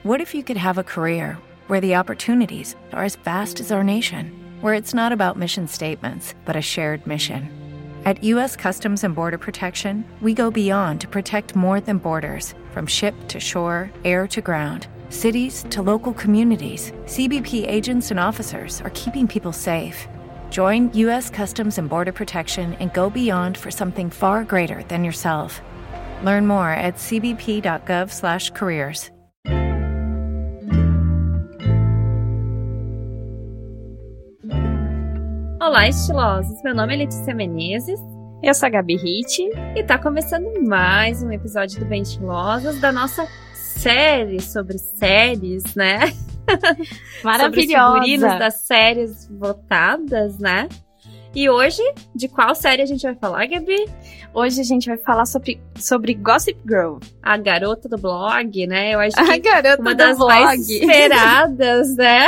What if you could have a career where the opportunities are as vast as our nation, where it's not about mission statements, but a shared mission? At U.S. Customs and Border Protection, we go beyond to protect more than borders. From ship to shore, air to ground, cities to local communities, CBP agents and officers are keeping people safe. Join U.S. Customs and Border Protection and go beyond for something far greater than yourself. Learn more at cbp.gov/careers. Olá, estilosos! Meu nome é Letícia Menezes. Eu sou a Gabi Ritt. E tá começando mais um episódio do Bem Estilosas, da nossa série sobre séries, né? Maravilhosa! Sobre os figurinos das séries votadas, né? E hoje, de qual série a gente vai falar, Gabi? Hoje a gente vai falar sobre Gossip Girl. A garota do blog, né? Eu acho que uma das mais esperadas, né?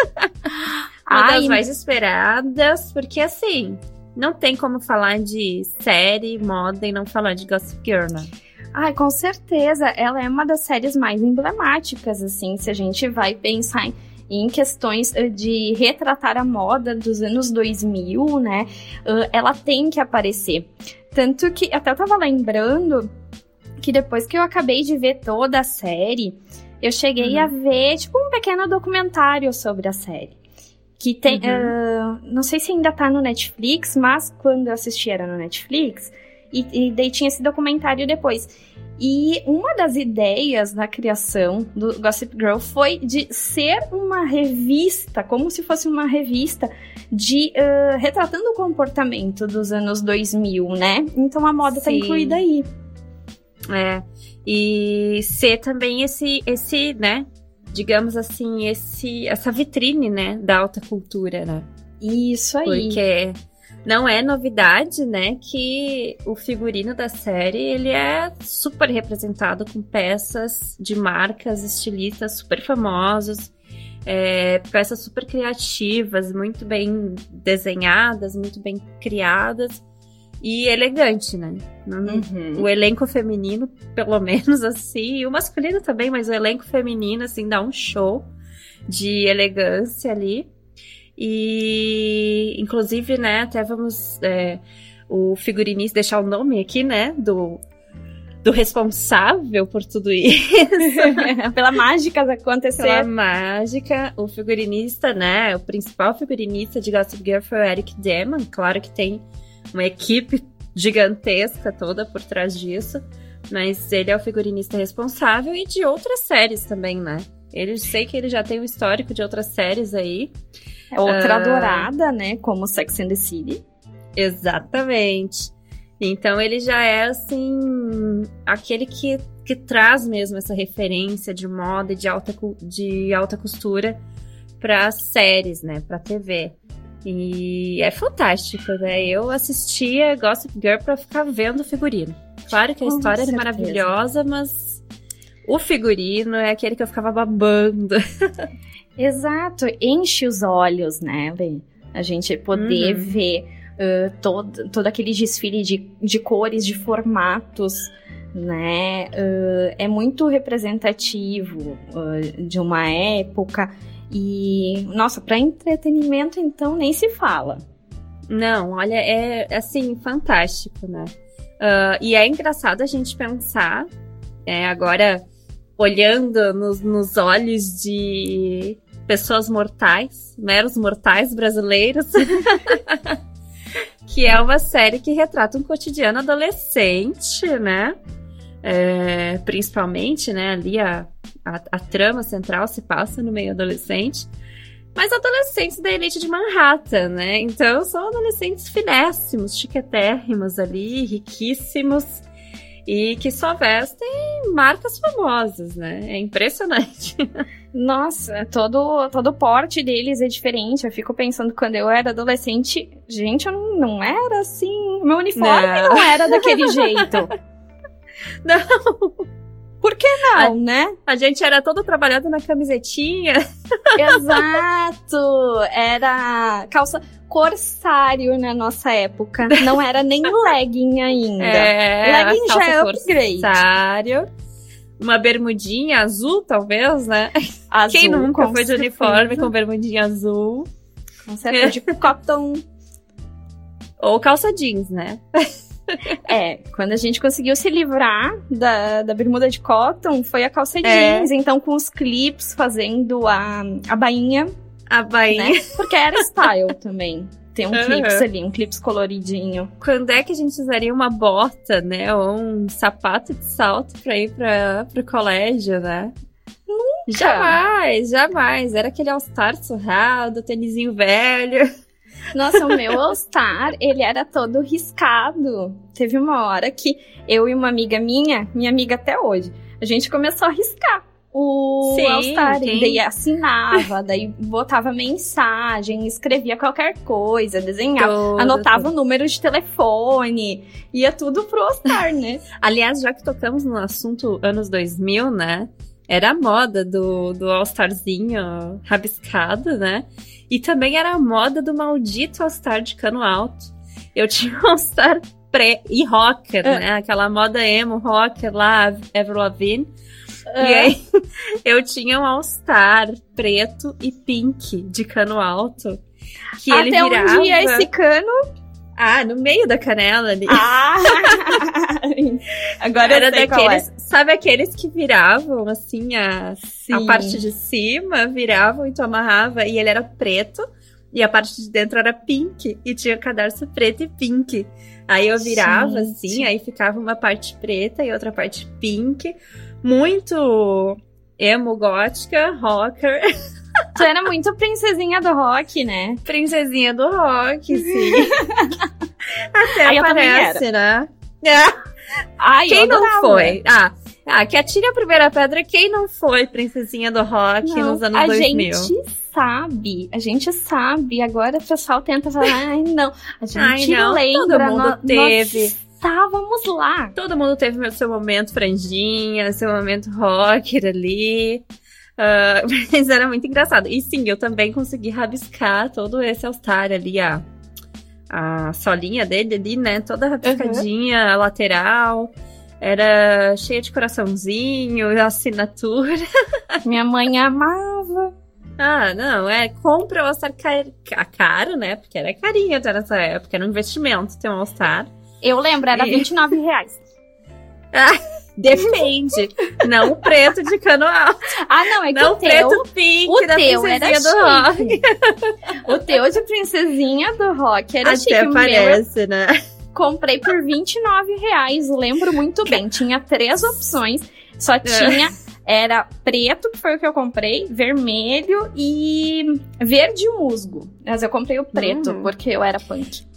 Uma das mais esperadas, porque assim, não tem como falar de série, moda e não falar de Gossip Girl, né? Ai, com certeza, ela é uma das séries mais emblemáticas, assim, se a gente vai pensar em questões de retratar a moda dos anos 2000, né? Ela tem que aparecer. Tanto que, até eu tava lembrando que depois que eu acabei de ver toda a série, eu cheguei a ver, tipo, um pequeno documentário sobre a série. Que tem, não sei se ainda tá no Netflix, mas quando eu assisti era no Netflix, e daí tinha esse documentário depois. E uma das ideias da criação do Gossip Girl foi de ser uma revista, como se fosse uma revista de retratando o comportamento dos anos 2000, né? Então a moda tá incluída aí. É, e ser também esse, né? Digamos assim, essa vitrine, né, da alta cultura, né? Isso aí. Porque não é novidade, né, que o figurino da série, ele é super representado com peças de marcas, estilistas super famosos, peças super criativas, muito bem desenhadas, muito bem criadas e elegante, né? O elenco feminino, pelo menos assim, e o masculino também, mas o elenco feminino, assim, dá um show de elegância ali. E, inclusive, né, até vamos o figurinista deixar o nome aqui, né, do responsável por tudo isso. Pela mágica acontecer. Pela mágica, o figurinista, né, o principal figurinista de Gossip Girl foi o Eric Deman. Claro que tem uma equipe gigantesca toda por trás disso, mas ele é o figurinista responsável e de outras séries também, né? Sei que ele já tem um histórico de outras séries aí. Outra adorada, né? Como Sex and the City. Exatamente. Então ele já é, assim, aquele que traz mesmo essa referência de moda e de alta costura para séries, né? Para TV. E é fantástico, né? Eu assistia Gossip Girl pra ficar vendo o figurino. Claro que a história é maravilhosa, mas o figurino é aquele que eu ficava babando. Exato, enche os olhos, né, Lê? A gente poder ver todo aquele desfile de cores, de formatos, né? É muito representativo de uma época. E, nossa, pra entretenimento, então, nem se fala. Não, olha, é, assim, fantástico, né? E é engraçado a gente pensar, agora, olhando nos olhos de pessoas mortais, meros mortais brasileiros, que é uma série que retrata um cotidiano adolescente, né? Principalmente, né, ali a trama central se passa no meio adolescente, mas adolescentes da elite de Manhattan, né? Então são adolescentes finésimos, chiquetérrimos ali, riquíssimos, e que só vestem marcas famosas, né? É impressionante. Nossa, todo o porte deles é diferente. Eu fico pensando, quando eu era adolescente, gente, eu não era assim, meu uniforme não era daquele jeito. Não. Por que não, né? A gente era todo trabalhado na camisetinha. Exato! Era calça corsário na nossa época. Não era nem legging ainda. Legging já é upgrade. Corsário. uma bermudinha azul, talvez, né? Azul, Quem nunca foi de certeza. uniforme com bermudinha azul? Com certeza, de cotton. Ou calça jeans, né? Quando a gente conseguiu se livrar da bermuda de cotton, foi a calça jeans. Então, com os clips, fazendo a bainha. A bainha. Né? Porque era style também. Tem um clips ali, um clips coloridinho. Quando é que a gente usaria uma bota, né? Ou um sapato de salto pra ir pro colégio, né? Nunca! Jamais. Era aquele All-Star surrado, tênisinho velho. Nossa, o meu All-Star, ele era todo riscado. Teve uma hora que eu e uma amiga minha amiga até hoje, a gente começou a riscar o All-Star. E daí assinava, daí botava mensagem, escrevia qualquer coisa, desenhava, anotava o número de telefone, ia tudo pro All-Star, né? Aliás, já que tocamos no assunto anos 2000, né? Era a moda do All-Starzinho rabiscado, né? E também era a moda do maldito All-Star de cano alto. Eu tinha um All-Star e rocker, né? Aquela moda emo rocker lá, Avril Lavigne. E aí, eu tinha um All-Star preto e pink de cano alto. Que Até ele virava... um dia esse cano... no meio da canela ali. Agora era eu sei daqueles, sabe aqueles que viravam assim a parte de cima, viravam e tu amarrava, e ele era preto e a parte de dentro era pink e tinha cadarço preto e pink. Aí eu virava assim, aí ficava uma parte preta e outra parte pink, muito emo gótica, rocker. Tu era muito princesinha do rock, né? Princesinha do rock, sim. Até aí parece, né? Ai, quem não foi? Que atire a primeira pedra, quem não foi princesinha do rock nos anos 2000? A gente sabe. Agora o pessoal tenta falar, não. A gente lembra. Todo mundo teve. Nós estávamos lá. Todo mundo teve seu momento franjinha, seu momento rocker ali. Mas era muito engraçado. E sim, eu também consegui rabiscar todo esse All-Star ali, a solinha dele ali, né? Toda rabiscadinha, a lateral. Era cheia de coraçãozinho, assinatura. Minha mãe amava. Compra o All-Star caro, né? Porque era carinho até nessa época, era um investimento ter um All-Star. Eu lembro, era R$29. Depende. Não o preto de cano alto. Não, é que não o teu... preto pink o da teu princesinha era do chique. rock. O teu de princesinha do rock era chique. Até parece, né? Comprei por R$29, lembro muito bem. Tinha 3 opções, só tinha... Era preto, que foi o que eu comprei, vermelho e verde musgo. Mas eu comprei o preto, porque eu era punk.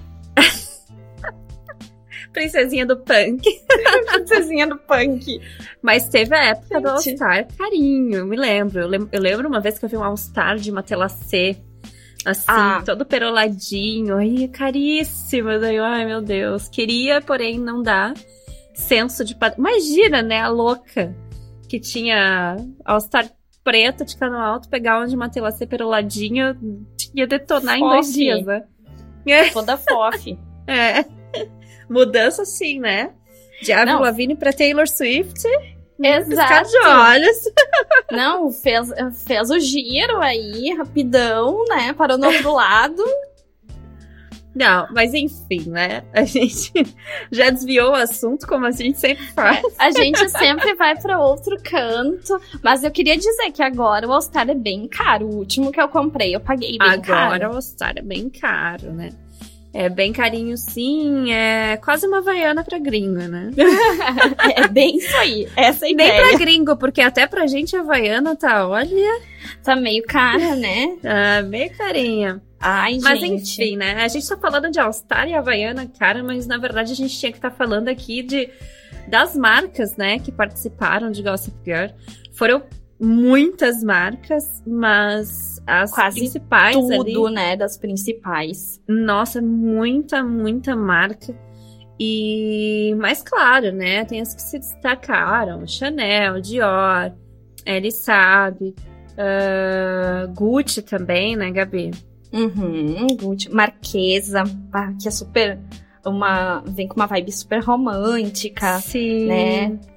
Princesinha do punk. Princesinha do punk. Mas teve a época do All-Star carinho, eu me lembro. Eu lembro uma vez que eu vi um All-Star de Matelassé, assim, todo peroladinho. Ai, caríssimo. Daí, ai, meu Deus. Queria, porém, não dá senso de... Imagina, né, a louca que tinha All-Star preto de cano alto, pegar um de Matelassé peroladinho, ia detonar em 2 dias, né? Toda fofe. Mudança, sim, né? De Avril Lavigne pra Taylor Swift. Exato. De olhos. Não, fez o giro aí, rapidão, né? Parou no outro lado. Não, mas enfim, né? A gente já desviou o assunto, como a gente sempre faz. A gente sempre vai pra outro canto. Mas eu queria dizer que agora o All-Star é bem caro. O último que eu comprei, eu paguei bem caro. Agora o All-Star é bem caro, né? É bem carinho, sim. É quase uma Havaiana pra gringo, né? É bem isso aí. Essa é a ideia. Nem pra gringo, porque até pra gente a Havaiana tá, olha... Tá meio cara, né? Meio carinha. Ai, mas gente. enfim, né? A gente tá falando de All-Star e Havaiana, cara, mas na verdade a gente tinha que estar falando aqui das marcas, né? Que participaram de Gossip Girl. Foram muitas marcas, mas as quase principais tudo, ali, né, das principais. Nossa, muita marca. Mas claro, né, tem as que se destacaram, Chanel, Dior, ele sabe, Gucci também, né, Gabi? Gucci, Marquesa, que é super vem com uma vibe super romântica, sim, né?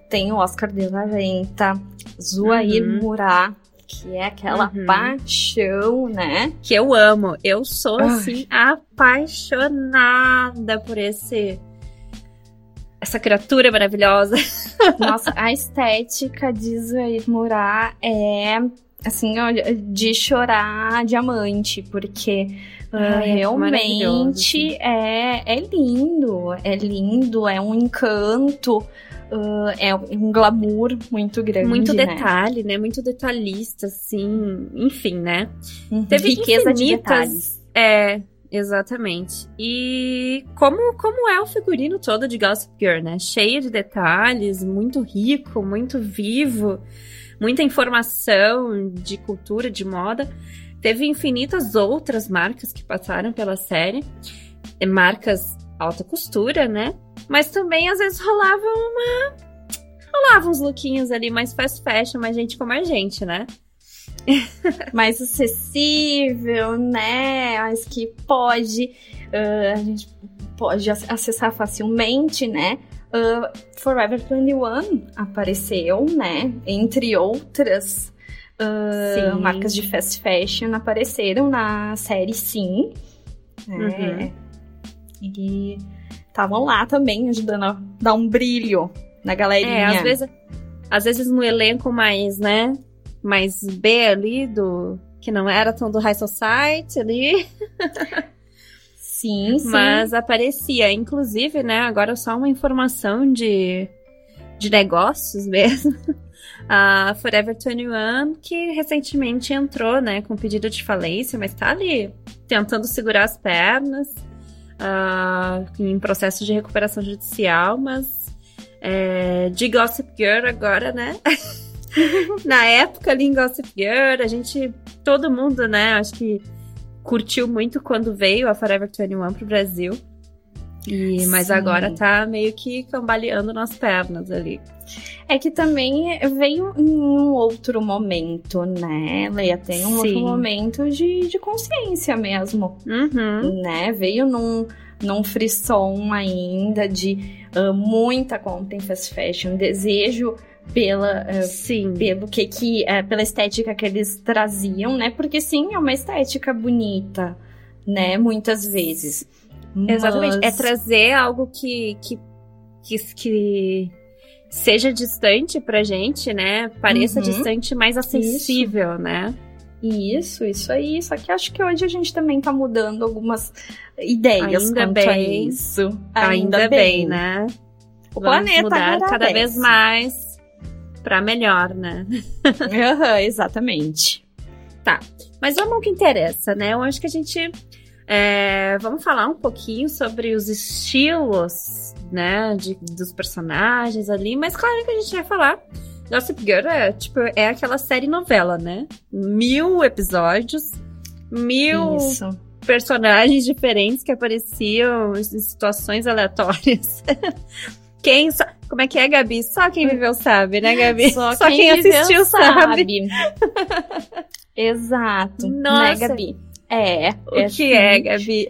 tem o Oscar de la Renta, Zuhair Murat, que é aquela paixão, né? Que eu amo. Eu sou, assim, apaixonada por essa criatura maravilhosa. Nossa, a estética de Zuhair Murat é, assim, de chorar diamante, porque realmente é lindo, é um encanto. É um glamour muito grande, muito detalhe, né? Muito detalhista, assim. Enfim, né? Teve riqueza de detalhes. Exatamente. E como é o figurino todo de Gossip Girl, né? Cheio de detalhes, muito rico, muito vivo, muita informação de cultura, de moda. Teve infinitas outras marcas que passaram pela série. Marcas alta costura, né? Mas também, às vezes, rolava uns lookinhos ali mais fast fashion, mais gente como a gente, né? Mais acessível, né? Mas que a gente pode acessar facilmente, né? Forever 21 apareceu, né? Entre outras marcas de fast fashion apareceram na série, sim. E estavam lá também, ajudando a dar um brilho na galerinha. Às vezes no elenco mais, né? Mais B ali, que não era tão do High Society ali. Sim. Mas aparecia. Inclusive, né? Agora só uma informação de negócios mesmo. A Forever 21, que recentemente entrou, né? Com pedido de falência, mas tá ali tentando segurar as pernas. Em processo de recuperação judicial, mas de Gossip Girl agora, né? Na época ali em Gossip Girl, todo mundo, né, acho que curtiu muito quando veio a Forever 21 pro Brasil. Mas agora tá meio que cambaleando nas pernas ali. É que também veio em um outro momento, né, Leia? Tem um outro momento de consciência mesmo, né? Veio num frisson ainda de muita conta em fast fashion, desejo pela estética que eles traziam, né? Porque sim, é uma estética bonita, né? Muitas vezes. Exatamente. É trazer algo que seja distante pra gente, né? Pareça distante, mais acessível, né? Isso aí. Só que acho que hoje a gente também tá mudando algumas ideias quanto a isso. Ainda bem, né? O planeta mudar cada vez mais pra melhor, né? Exatamente. Tá, mas vamos ao que interessa, né? Eu acho que a gente... vamos falar um pouquinho sobre os estilos, né, dos personagens ali, mas claro que a gente vai falar. Gossip Girl é aquela série novela, né? 1000 episódios, 1000 personagens diferentes que apareciam em situações aleatórias. Como é que é, Gabi? Só quem viveu sabe, né, Gabi? Só quem assistiu sabe. Exato. Nossa. Né, Gabi? O que é, Gabi?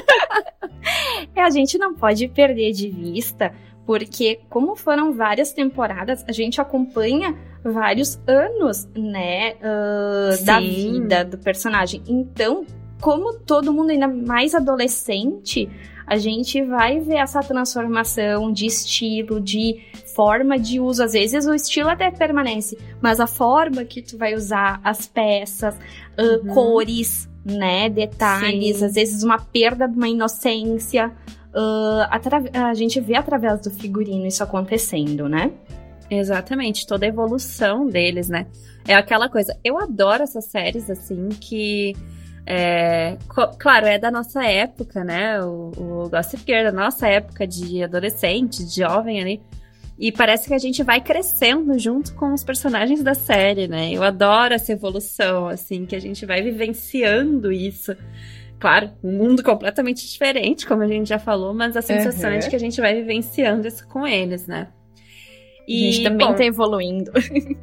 A gente não pode perder de vista, porque como foram várias temporadas, a gente acompanha vários anos, né, da vida do personagem. Então, como todo mundo ainda mais adolescente, a gente vai ver essa transformação de estilo, de forma de uso. Às vezes o estilo até permanece, mas a forma que tu vai usar as peças, cores, né, detalhes, às vezes uma perda de uma inocência, a gente vê através do figurino isso acontecendo, né? Exatamente, toda a evolução deles, né? É aquela coisa, eu adoro essas séries, assim, que... claro, é da nossa época, né? O Gossip Girl, da nossa época de adolescente, de jovem ali. E parece que a gente vai crescendo junto com os personagens da série, né? Eu adoro essa evolução, assim, que a gente vai vivenciando isso. Claro, um mundo completamente diferente, como a gente já falou, mas a sensação é de que a gente vai vivenciando isso com eles, né? E, a gente também tá evoluindo.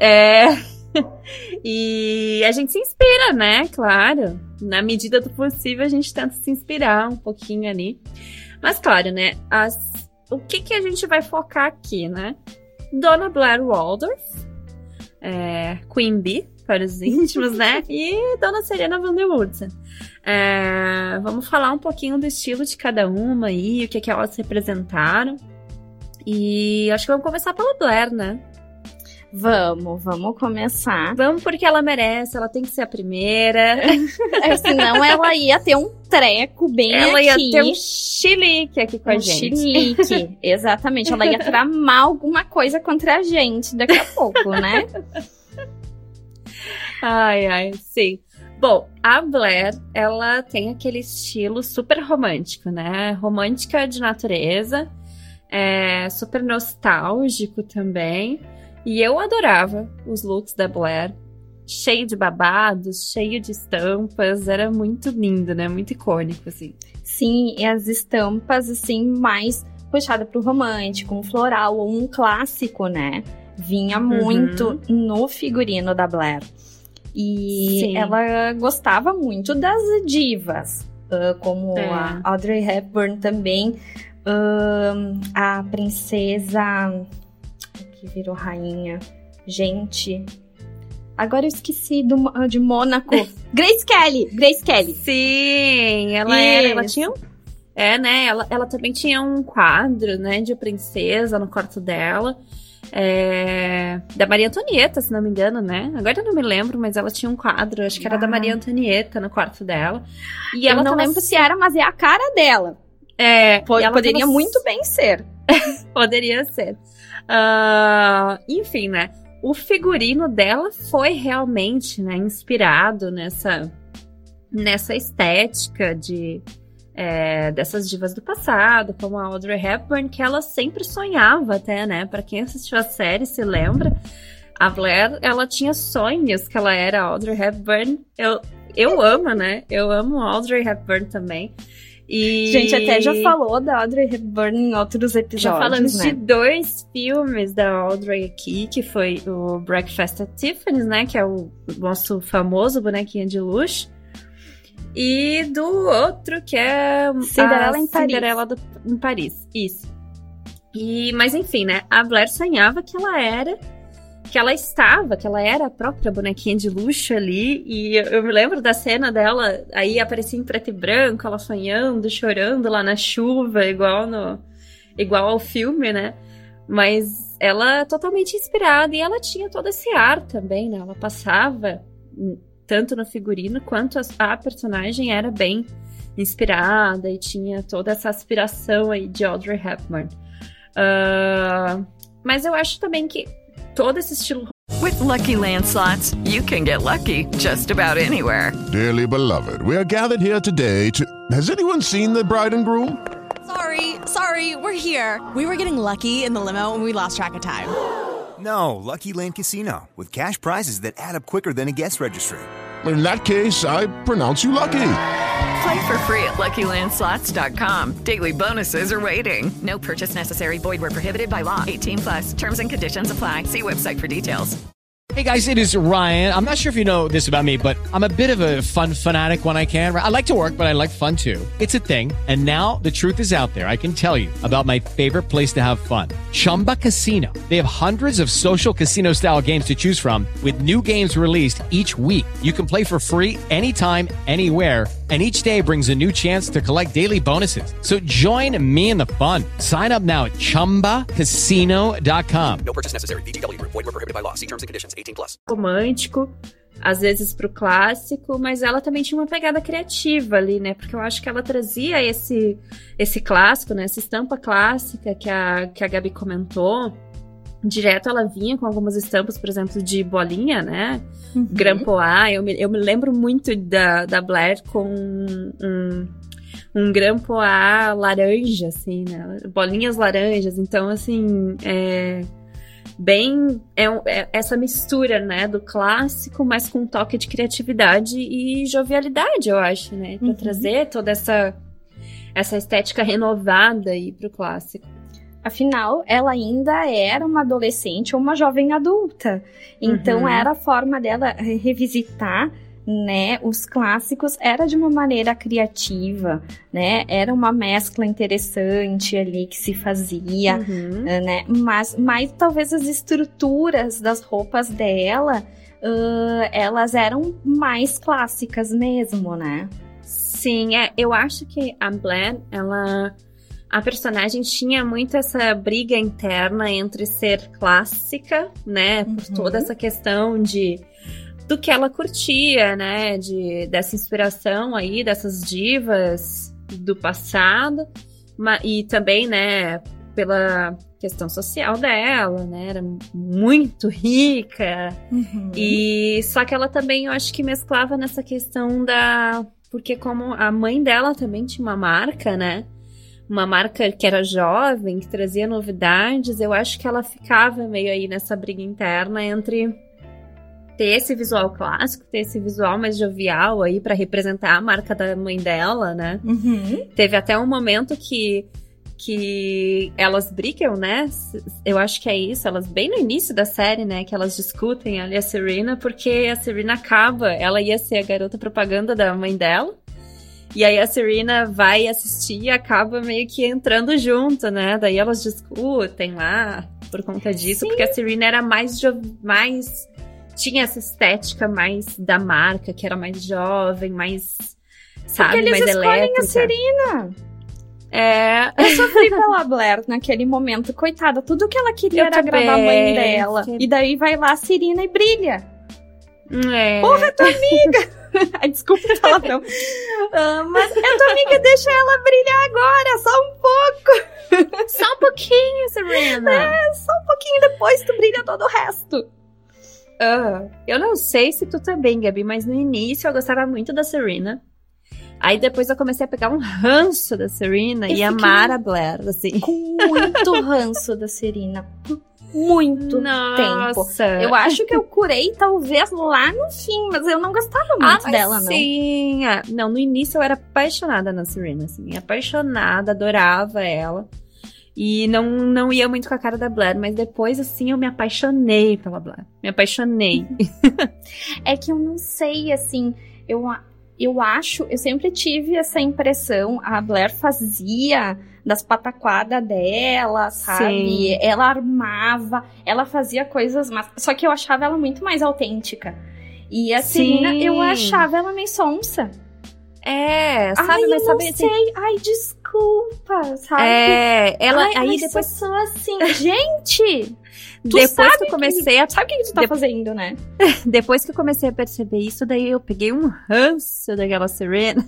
E a gente se inspira, né? Claro, na medida do possível a gente tenta se inspirar um pouquinho ali. Mas claro, né? O que a gente vai focar aqui, né? Dona Blair Waldorf, Queen Bee, para os íntimos, né? E Dona Serena Van der Woodsen. Vamos falar um pouquinho do estilo de cada uma aí, o que elas representaram. E acho que vamos começar pela Blair, né? Vamos começar. Vamos porque ela merece, ela tem que ser a primeira. Senão ela ia ter um treco bem ela aqui. Ela ia ter um chilique aqui com a gente. Chilique, exatamente. Ela ia tramar alguma coisa contra a gente daqui a pouco, né? Ai, sim. Bom, a Blair, ela tem aquele estilo super romântico, né? Romântica de natureza, super nostálgico também. E eu adorava os looks da Blair, cheio de babados, cheio de estampas, era muito lindo, né? Muito icônico, assim. Sim, e as estampas, assim, mais puxada pro romântico, um floral ou um clássico, né? Vinha muito no figurino da Blair. E sim, ela gostava muito das divas, como a Audrey Hepburn também, a princesa que virou rainha. Gente, agora eu esqueci de Mônaco. Grace Kelly. Sim, ela tinha né? Ela também tinha um quadro, né, de princesa no quarto dela. Da Maria Antonieta, se não me engano, né? Agora eu não me lembro, mas ela tinha um quadro, acho que era da Maria Antonieta no quarto dela. E ela não lembro se era, mas é a cara dela. Poderia muito bem ser. Poderia ser. Enfim, né? O figurino dela foi realmente, né, inspirado nessa estética dessas divas do passado, como a Audrey Hepburn, que ela sempre sonhava até, né? Pra quem assistiu a série se lembra, a Blair, ela tinha sonhos que ela era a Audrey Hepburn. Eu amo, né? Eu amo a Audrey Hepburn também. E... gente, até já falou da Audrey Hepburn em outros episódios, já falamos, né? de 2 filmes da Audrey aqui, que foi o Breakfast at Tiffany's, né? Que é o nosso famoso bonequinho de luxo. E do outro, que é Cinderela em Paris. Isso. Mas enfim, né? A Blair sonhava que ela era a própria bonequinha de luxo ali. E eu me lembro da cena dela, aí aparecia em preto e branco, ela sonhando, chorando lá na chuva, igual ao filme, né? Mas ela totalmente inspirada, e ela tinha todo esse ar também, né? Ela passava, tanto no figurino quanto a personagem era bem inspirada e tinha toda essa aspiração aí de Audrey Hepburn. Mas eu acho também que todo esse estilo... With Lucky Land Slots, you can get lucky just about anywhere. Dearly beloved, we are gathered here today to... Has anyone seen the bride and groom? Sorry, we're here. We were getting lucky in the limo and we lost track of time. No, Lucky Land Casino, with cash prizes that add up quicker than a guest registry. In that case, I pronounce you lucky. Play for free at LuckyLandSlots.com. Daily bonuses are waiting. No purchase necessary. Void where prohibited by law. 18+. Terms and conditions apply. See website for details. Hey guys, it is Ryan. I'm not sure if you know this about me, but I'm a bit of a fun fanatic when I can. I like to work, but I like fun too. It's a thing. And now the truth is out there. I can tell you about my favorite place to have fun. Chumba Casino. They have hundreds of social casino style games to choose from with new games released each week. You can play for free anytime, anywhere. And each day brings a new chance to collect daily bonuses. So join me in the fun. Sign up now at ChumbaCasino.com. No purchase necessary. VGW Group. Void where prohibited by law. See terms and conditions. 18+. Romântico, às vezes pro clássico, mas ela também tinha uma pegada criativa ali, né? Porque eu acho que ela trazia esse clássico, né? Essa estampa clássica que a Gabi comentou. Direto ela vinha com algumas estampas, por exemplo, de bolinha, né? Grand Pois. Eu me lembro muito da Blair com um Grand Pois laranja, assim, né? Bolinhas laranjas. Então, assim, essa mistura, né, do clássico, mas com um toque de criatividade e jovialidade, eu acho, né? Pra trazer toda essa estética renovada aí pro clássico. Afinal, ela ainda era uma adolescente ou uma jovem adulta. Então, era a forma dela revisitar né, os clássicos era de uma maneira criativa, né, era uma mescla interessante ali que se fazia, né, mas talvez as estruturas das roupas dela, elas eram mais clássicas mesmo, né? Sim, eu acho que a Blair, a personagem tinha muito essa briga interna entre ser clássica, né, por toda essa questão do que ela curtia, né, dessa inspiração aí, dessas divas do passado, e também, né, pela questão social dela, né, era muito rica, e só que ela também, eu acho que mesclava nessa questão porque como a mãe dela também tinha uma marca, né, uma marca que era jovem, que trazia novidades, eu acho que ela ficava meio aí nessa briga interna entre ter esse visual clássico, ter esse visual mais jovial aí pra representar a marca da mãe dela, né? Teve até um momento que elas brigam, né? Eu acho que é isso, elas bem no início da série, né? Que elas discutem ali a Serena, porque a Serena ela ia ser a garota propaganda da mãe dela. E aí a Serena vai assistir e acaba meio que entrando junto, né? Daí elas discutem lá por conta disso, porque a Serena era mais tinha essa estética mais da marca, que era mais jovem, mais, sabe, porque mais eles escolhem elétrica. a Serena. Eu sofri pela Blair naquele momento, coitada. Tudo que ela queria era agradar a mãe dela. E daí vai lá a Serena e brilha. Porra, tua amiga! Ai, desculpa o palavrão. Mas a tua amiga deixa ela brilhar agora, só um pouco. Só um pouquinho, Serena. Só um pouquinho, depois tu brilha todo o resto. Eu não sei se tu também, Gabi, mas no início eu gostava muito da Serena. Aí depois eu comecei a pegar um ranço da Serena e amar a Blair, assim. Com muito ranço da Serena. Muito tempo. Eu acho que eu curei talvez lá no fim, mas eu não gostava muito dela, não. Sim, não, no início eu era apaixonada na Serena, assim, apaixonada, adorava ela. E não ia muito com a cara da Blair, mas depois, assim, eu me apaixonei pela Blair. Me apaixonei. É que eu não sei, assim, eu acho, eu sempre tive essa impressão, a Blair fazia das pataquadas dela, sabe? Sim. Ela armava, ela fazia coisas, mas só que eu achava ela muito mais autêntica. E a Serena, eu achava ela meio sonsa. Sabe? Ai, mas eu sabe, não sei. Ai, desculpa, sabe? Aí depois... sou assim, gente... Depois que eu comecei Sabe o que tu tá fazendo, né? Depois que eu comecei a perceber isso, daí eu peguei um ranço daquela Serena.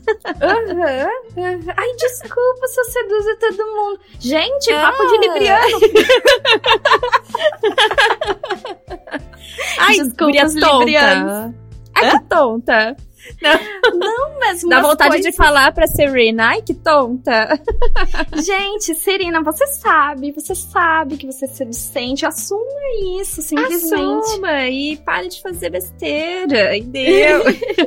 Ai, desculpa se eu seduzo todo mundo. Gente, papo de libriano. Ai, desculpa os librianos. Ai, que tonta. Não, mas dá vontade de falar pra Serena. Ai, que tonta. Gente, Serena, você sabe que você é seducente. Assuma isso, simplesmente. Assuma e pare de fazer besteira. E deu.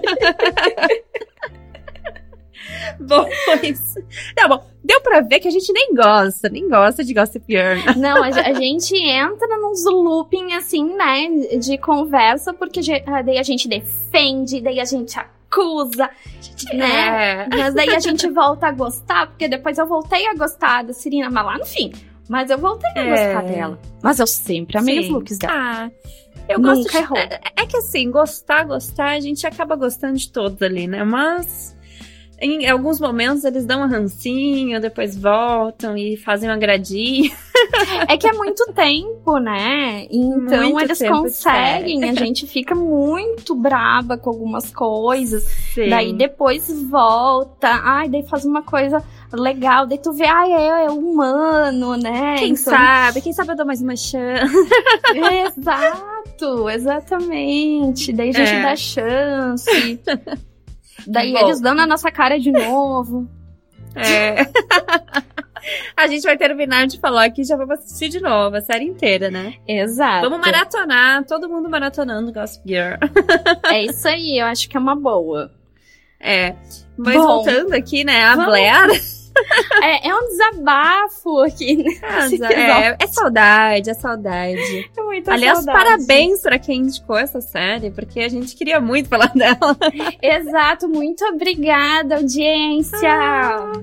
Bom, isso. Tá bom. Deu pra ver que a gente nem gosta de Gossip Girl. Não, a gente entra nos looping, assim, né, de conversa, porque daí a gente defende, daí a gente acusa, né? Mas daí a gente volta a gostar, porque depois eu voltei a gostar da Serena, mas lá no fim. Mas eu voltei a gostar dela. Mas eu sempre amei os looks dela. Eu gosto de... É que assim, gostar, a gente acaba gostando de todos ali, né? Mas... em alguns momentos eles dão um rancinho, depois voltam e fazem um agradinho. É que é muito tempo, né? Então muito eles conseguem, a gente fica muito braba com algumas coisas. Sim. Daí depois volta, daí faz uma coisa legal, daí tu vê, é humano, né? Quem sabe eu dou mais uma chance. Exato, exatamente. Daí a gente dá chance. Daí eles dão na nossa cara de novo. A gente vai terminar de falar aqui e já vamos assistir de novo a série inteira, né? Exato. Vamos maratonar, todo mundo maratonando Gossip Girl. É isso aí, eu acho que é uma boa. Mas voltando aqui, né, a Blair... É um desabafo aqui, né? É saudade, é saudade. É muita Aliás, saudade. parabéns pra quem indicou essa série, porque a gente queria muito falar dela. Exato, muito obrigada, audiência!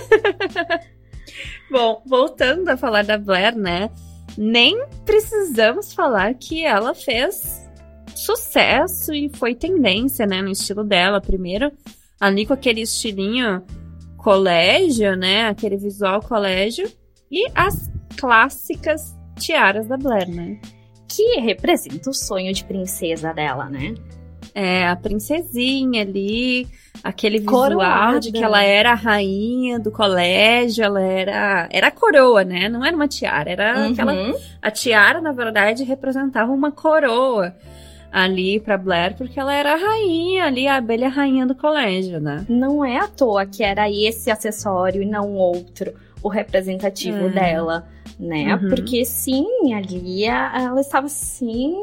Bom, voltando a falar da Blair, né? Nem precisamos falar que ela fez sucesso e foi tendência, né? No estilo dela. Primeiro, ali com aquele estilinho colégio, né? Aquele visual colégio. E as clássicas tiaras da Blair, né? Que representa o sonho de princesa dela, né? É, a princesinha ali, aquele visual Coroada. de que ela era a rainha do colégio, ela era a coroa, né? Não era uma tiara, era aquela... A tiara, na verdade, representava uma coroa ali pra Blair, porque ela era a rainha ali, a abelha rainha do colégio, né? Não é à toa que era esse acessório e não outro, o representativo dela, né? Porque sim, ali ela estava sim,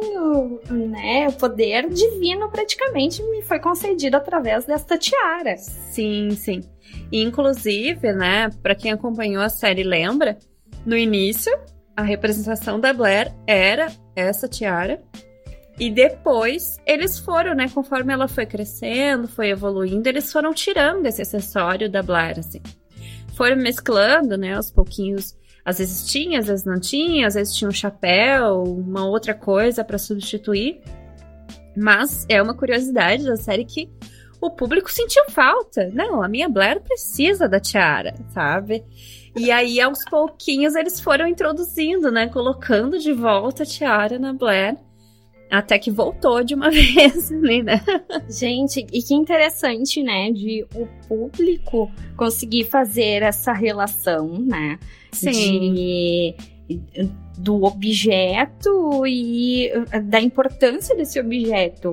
o poder divino praticamente me foi concedido através desta tiara. Sim, sim. E, inclusive, né, pra quem acompanhou a série lembra, no início, a representação da Blair era essa tiara. E depois, eles foram, né, conforme ela foi crescendo, foi evoluindo, eles foram tirando esse acessório da Blair, assim. Foram mesclando, né, aos pouquinhos. Às vezes tinha, às vezes não tinha, às vezes tinha um chapéu, uma outra coisa pra substituir. Mas é uma curiosidade da série que o público sentiu falta. Não, a minha Blair precisa da tiara, sabe? E aí, aos pouquinhos, eles foram introduzindo, né, colocando de volta a tiara na Blair. Até que voltou de uma vez ali, né? Gente, e que interessante, né? De o público conseguir fazer essa relação, né? Sim. Do objeto e da importância desse objeto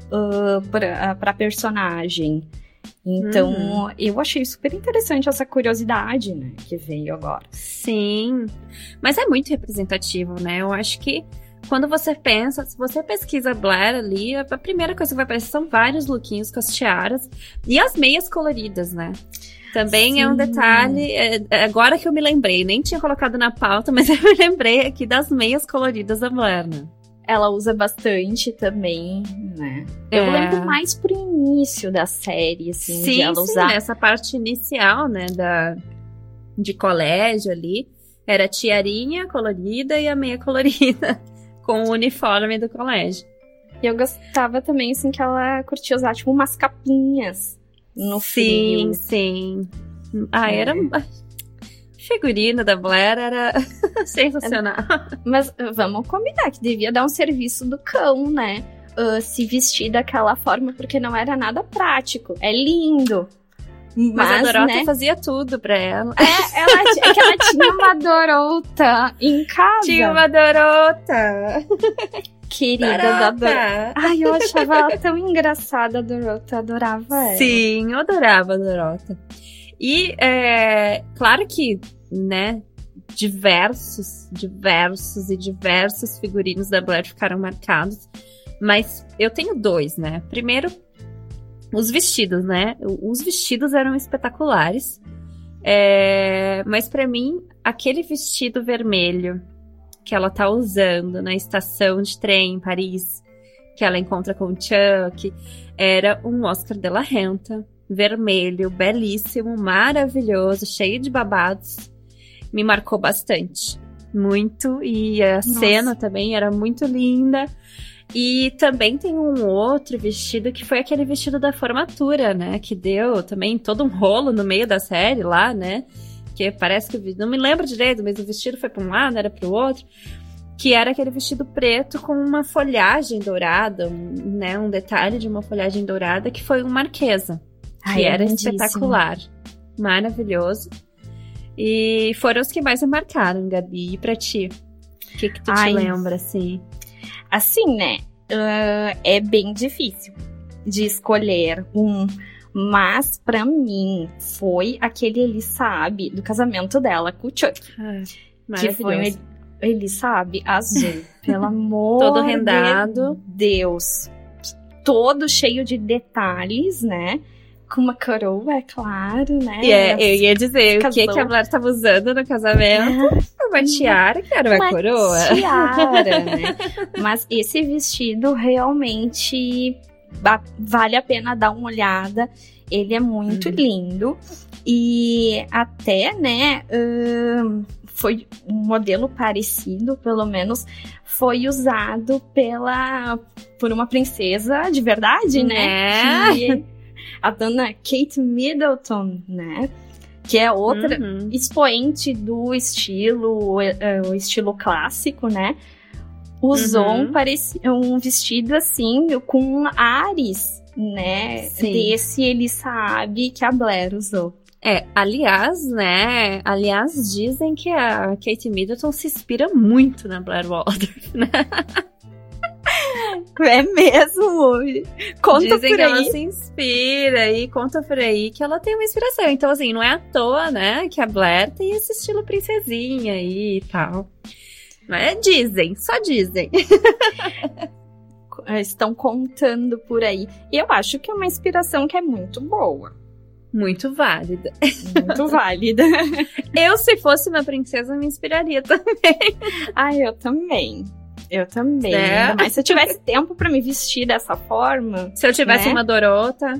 para personagem. Então, eu achei super interessante essa curiosidade, né? Que veio agora. Sim. Mas é muito representativo, né? Eu acho que quando você pensa, se você pesquisa Blair ali, a primeira coisa que vai aparecer são vários lookinhos com as tiaras e as meias coloridas, né? Também Sim. é um detalhe, agora que eu me lembrei, nem tinha colocado na pauta, mas eu me lembrei aqui das meias coloridas da Blair, né? Ela usa bastante também, né? Eu lembro mais pro início da série, assim, sim, de ela usar. Sim, essa parte inicial, né, de colégio ali, era a tiarinha colorida e a meia colorida. Com o uniforme do colégio. E eu gostava também, assim, que ela curtia usar, tipo, umas capinhas no frio. Sim. Era... Figurino da Blair era sensacional. Mas vamos combinar que devia dar um serviço do cão, né? Se vestir daquela forma, porque não era nada prático. É lindo. Mas a Dorota fazia tudo pra ela. É que ela tinha uma Dorota em casa. Tinha uma Dorota. Querida da Dorota. Ai, eu achava ela tão engraçada, a Dorota. Adorava ela. Sim, eu adorava a Dorota. E, claro que, né, diversos figurinos da Blair ficaram marcados. Mas eu tenho dois, né? Primeiro, os vestidos, né? Os vestidos eram espetaculares. Mas pra mim, aquele vestido vermelho que ela tá usando na estação de trem em Paris, que ela encontra com o Chuck, era um Oscar de la Renta, vermelho, belíssimo, maravilhoso, cheio de babados. Me marcou bastante. Muito. E a cena também era muito linda. E também tem um outro vestido que foi aquele vestido da formatura, né? Que deu também todo um rolo no meio da série lá, né? Que parece que... Não me lembro direito, mas o vestido foi para um lado, era para o outro. Que era aquele vestido preto com uma folhagem dourada, né? Um detalhe de uma folhagem dourada que foi um marquesa. Que era espetacular. Maravilhoso. E foram os que mais me marcaram, Gabi. E pra ti? O que tu te lembra, assim? Assim, né? É bem difícil de escolher um. Mas, pra mim, foi aquele Ele Sabe do casamento dela com o Chuck. Que foi Ele Sabe azul. Pelo amor todo rendado. de Deus. Todo cheio de detalhes, né? com uma coroa, é claro, né? Eu ia dizer, o que a Blair estava usando no casamento? Uma tiara, que era uma coroa. Tiara, né? Mas esse vestido realmente vale a pena dar uma olhada. Ele é muito lindo. E até, né, foi um modelo parecido, pelo menos, foi usado por uma princesa de verdade, né? Que a dona Kate Middleton, né? Que é outra expoente do estilo, o estilo clássico, né? Usou um vestido assim, com ares, né? Sim. Desse ele sabe que a Blair usou. Aliás, né? Dizem que a Kate Middleton se inspira muito na Blair Waldorf, né? É mesmo? Conta Dizem por que aí. ela se inspira e conta por aí que ela tem uma inspiração. Então, assim, não é à toa, né, que a Blair tem esse estilo princesinha aí e tal. Mas dizem, só dizem. Estão contando por aí. E eu acho que é uma inspiração que é muito boa. Muito válida. Muito válida. Eu, se fosse uma princesa, me inspiraria também. Eu também. Ainda mais se eu tivesse tempo pra me vestir dessa forma. Se eu tivesse uma Dorota.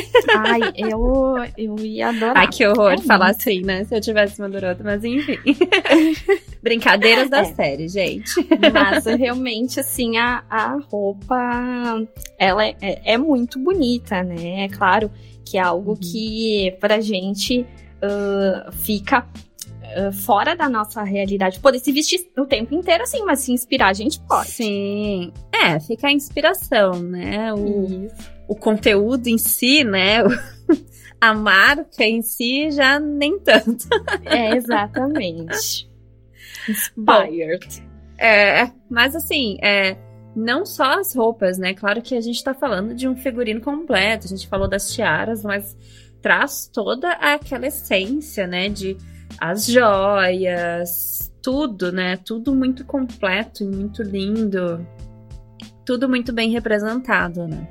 Eu ia adorar. Ai, que horror falar assim, né? Se eu tivesse uma Dorota, mas enfim. Brincadeiras da série, gente. Mas realmente, assim, a roupa, ela é muito bonita, né? É claro que é algo que pra gente fica fora da nossa realidade. Poder se vestir o tempo inteiro, assim, mas se inspirar a gente pode. Sim. Fica a inspiração, né? O conteúdo em si, né? A marca em si já nem tanto. Exatamente. Inspired. Mas assim, não só as roupas, né? Claro que a gente tá falando de um figurino completo. A gente falou das tiaras, mas traz toda aquela essência, né? De as joias, tudo, né? Tudo muito completo e muito lindo. Tudo muito bem representado, né?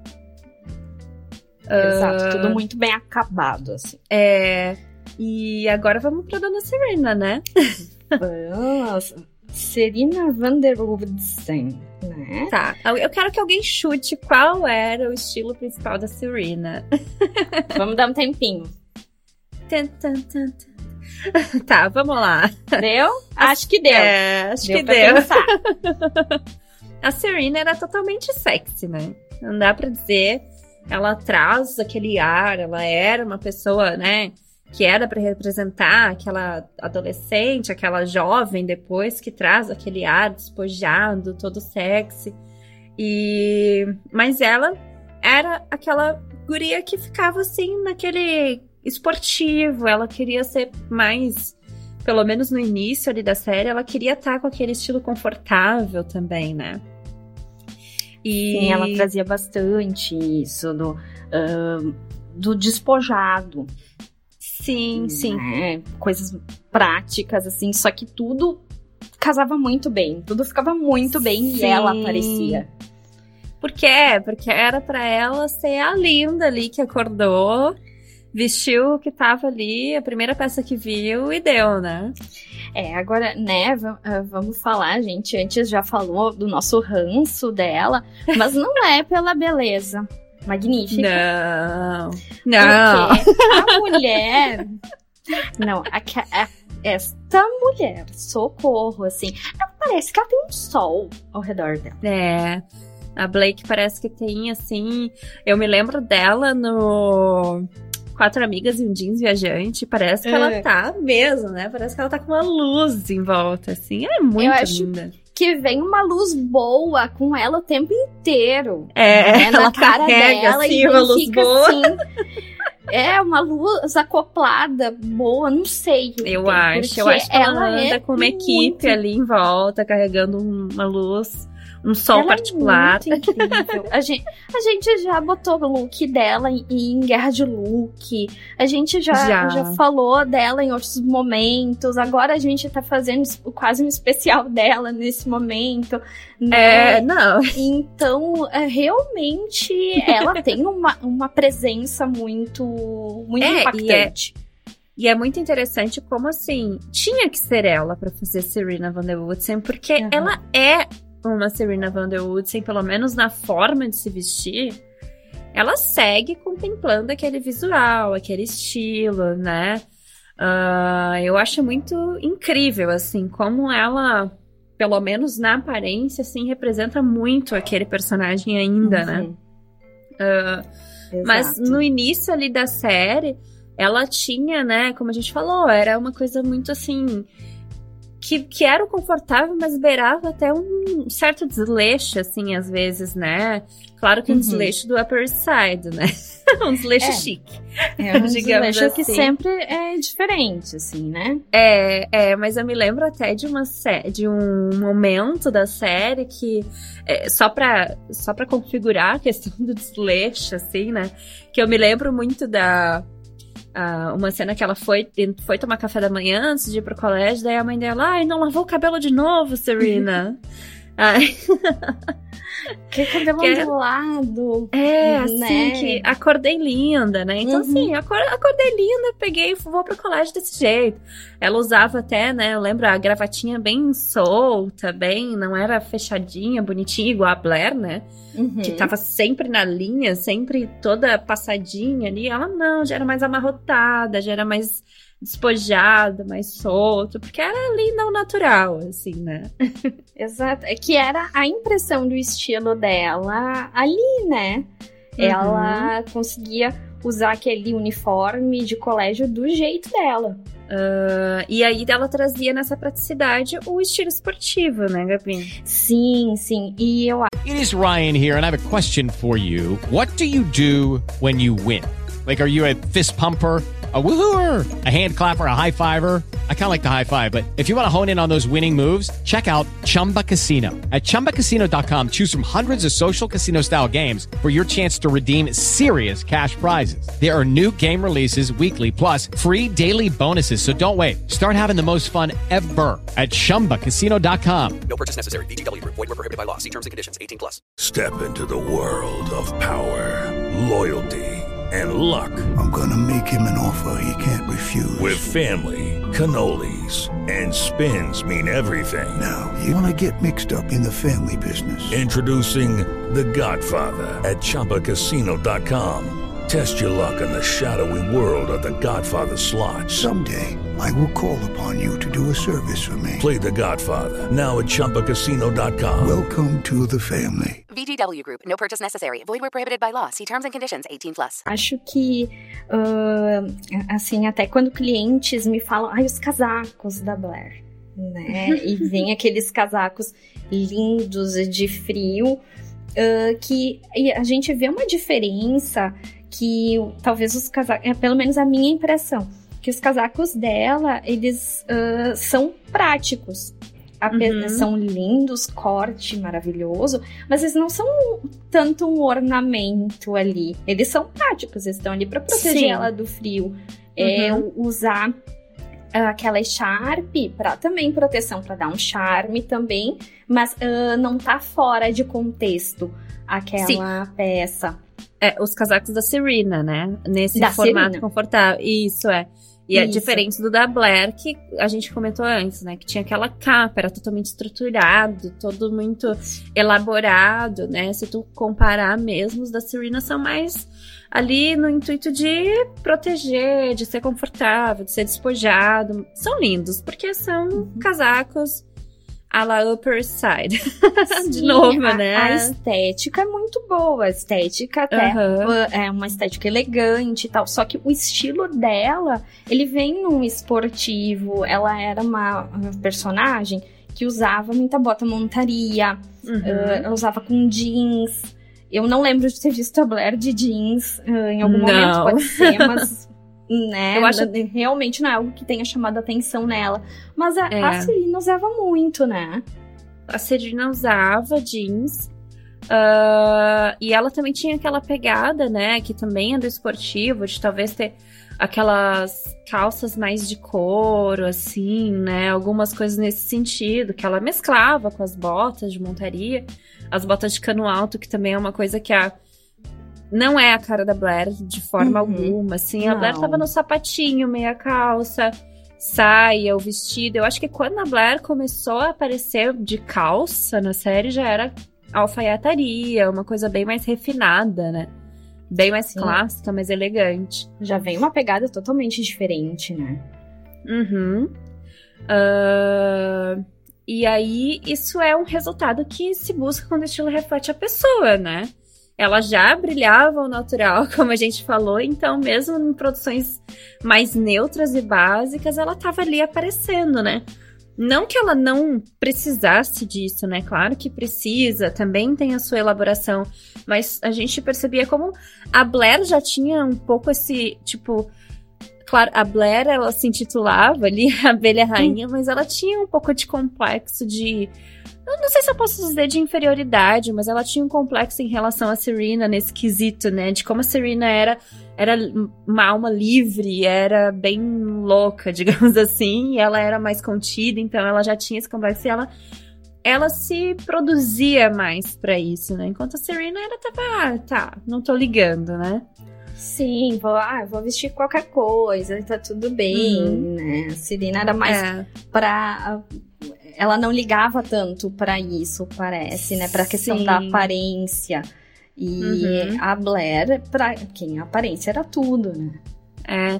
Exato, tudo muito bem acabado, assim. E agora vamos pra Dona Serena, né? Vamos. Serena van der Woodsen, né? Tá, eu quero que alguém chute qual era o estilo principal da Serena. Vamos dar um tempinho. Tá, vamos lá. Deu? Acho que deu. Acho que deu. Pensar. A Serena era totalmente sexy, né? Não dá pra dizer. Ela traz aquele ar, ela era uma pessoa, né? Que era pra representar aquela adolescente, aquela jovem depois, que traz aquele ar despojado, todo sexy. Mas ela era aquela guria que ficava assim, naquele esportivo. Ela queria ser mais, pelo menos no início ali da série, ela queria estar com aquele estilo confortável também, né? Sim, ela trazia bastante isso do despojado. Sim, sim. Né? Coisas práticas, assim, só que tudo casava muito bem. Tudo ficava muito bem. Sim. E ela aparecia. Por quê? Porque era pra ela ser a linda ali que acordou, vestiu o que tava ali, a primeira peça que viu e deu, né? Agora, né, vamos falar, a gente antes já falou do nosso ranço dela, mas não é pela beleza magnífica. Não. Porque a mulher... Não, esta mulher, socorro, assim, parece que ela tem um sol ao redor dela. A Blake parece que tem, assim... Eu me lembro dela no... 4 Amigas e um Jeans Viajante, parece que ela tá mesmo, né? Parece que ela tá com uma luz em volta, assim. É muito linda. Que vem uma luz boa com ela o tempo inteiro. Né? Na cara dela assim, e uma luz boa. Assim, uma luz acoplada, boa, não sei. Eu acho que ela anda com uma equipe ali em volta, carregando uma luz, um som ela particular. É muito incrível. A gente já botou o look dela em Guerra de Look. A gente já falou dela em outros momentos. Agora a gente tá fazendo quase um especial dela nesse momento. Né? Não. Então, realmente, ela tem uma presença muito impactante. E é muito interessante como, assim, tinha que ser ela pra fazer Serena van der Woodsen, porque ela é uma Serena van der Woodsen, pelo menos na forma de se vestir, ela segue contemplando aquele visual, aquele estilo, né? Eu acho muito incrível, assim, como ela, pelo menos na aparência, assim, representa muito aquele personagem ainda, né? Mas no início ali da série, ela tinha, né, como a gente falou, era uma coisa muito, assim, que era o confortável, mas beirava até um certo desleixo, assim, às vezes, né? Claro que um desleixo do Upper East Side, né? Um desleixo chique. É um desleixo assim. que sempre é diferente, assim, né? Mas eu me lembro até de um momento da série que, só pra configurar a questão do desleixo, assim, né? Que eu me lembro muito uma cena que ela foi tomar café da manhã antes de ir pro colégio, daí a mãe dela, não lavou o cabelo de novo, Serena. Que cabelo ondulado. Assim, né? que acordei linda, né? Então, assim, acordei linda, peguei e vou pro colégio desse jeito. Ela usava até, né, eu lembro, a gravatinha bem solta, não era fechadinha, bonitinha, igual a Blair, né? Que tava sempre na linha, sempre toda passadinha ali. Ela não, já era mais amarrotada, já era mais despojada, mais solta, porque era linda ao natural, assim, né? Exato, é que era a impressão do estilo dela ali, né? Ela conseguia usar aquele uniforme de colégio do jeito dela. E aí ela trazia nessa praticidade o estilo esportivo, né, Gabi? Sim. E eu acho. It is Ryan here, and I have a question for you. What do you do when you win? Like, are you a fist pumper, a woohooer, a hand clapper, a high fiver? I kind of like the high five, but if you want to hone in on those winning moves, check out Chumba Casino. At ChumbaCasino.com, choose from hundreds of social casino-style games for your chance to redeem serious cash prizes. There are new game releases weekly, plus free daily bonuses. So don't wait. Start having the most fun ever at ChumbaCasino.com. No purchase necessary. VGW Group. Void where prohibited by law. See terms and conditions. 18+. Step into the world of power, loyalty, and luck. I'm gonna make him an offer he can't refuse. With family, cannolis, and spins mean everything. Now, you wanna get mixed up in the family business. Introducing The Godfather at ChumbaCasino.com. Test your luck in the shadowy world of The Godfather slot. Someday, I will call upon you to do a service for me. Play The Godfather, now at ChumbaCasino.com. Welcome to the family. VGW Group. No purchase necessary. Void where prohibited by law. See terms and conditions. 18+. Acho que, assim, até quando clientes me falam, os casacos da Blair, né? E vem aqueles casacos lindos de frio, que a gente vê uma diferença que talvez os casacos, pelo menos a minha impressão, que os casacos dela, eles são práticos. São lindos, corte maravilhoso, mas eles não são tanto um ornamento ali. Eles são práticos, eles estão ali para proteger ela do frio. Usar aquela echarpe para também proteção, para dar um charme também, mas não tá fora de contexto aquela peça. Os casacos da Serena, né? Nesse da formato Serena. Confortável. Isso, E é diferente do da Blair, que a gente comentou antes, né? Que tinha aquela capa, era totalmente estruturado, todo muito elaborado, né? Se tu comparar mesmo, os da Serena são mais ali no intuito de proteger, de ser confortável, de ser despojado. São lindos, porque são casacos à la Upper Side. De novo, né? A estética é muito boa. A estética até é uma estética elegante e tal. Só que o estilo dela, ele vem num esportivo. Ela era uma personagem que usava muita bota montaria. Ela usava com jeans. Eu não lembro de ter visto a Blair de jeans em algum momento. Pode ser, mas... né? Eu acho... Realmente não é algo que tenha chamado a atenção nela. Mas a Serena usava muito, né? a Serena usava jeans. E ela também tinha aquela pegada, né, que também é do esportivo, de talvez ter aquelas calças mais de couro, assim, né, algumas coisas nesse sentido, que ela mesclava com as botas de montaria, as botas de cano alto, que também é uma coisa que não é a cara da Blair de forma alguma, assim, a Blair tava no sapatinho, meia calça, saia, o vestido. Eu acho que quando a Blair começou a aparecer de calça na série, já era alfaiataria, uma coisa bem mais refinada, né? Bem mais clássica, mais elegante. Já vem uma pegada totalmente diferente, né? E aí, isso é um resultado que se busca quando o estilo reflete a pessoa, né? Ela já brilhava ao natural, como a gente falou, então mesmo em produções mais neutras e básicas, ela tava ali aparecendo, né? Não que ela não precisasse disso, né? Claro que precisa, também tem a sua elaboração, mas a gente percebia como a Blair já tinha um pouco esse, tipo... Claro, a Blair, ela se intitulava ali a Abelha Rainha, mas ela tinha um pouco de complexo de... Eu não sei se eu posso dizer de inferioridade, mas ela tinha um complexo em relação a Serena nesse quesito, né? De como a Serena era uma alma livre, era bem louca, digamos assim, e ela era mais contida, então ela já tinha esse complexo e ela se produzia mais pra isso, né? Enquanto a Serena tava, não tô ligando, né? Sim, vou vestir qualquer coisa, tá tudo bem, né? A Serena era mais pra... Ela não ligava tanto pra isso, parece, né? Pra questão da aparência. E a Blair, pra quem a aparência era tudo, né?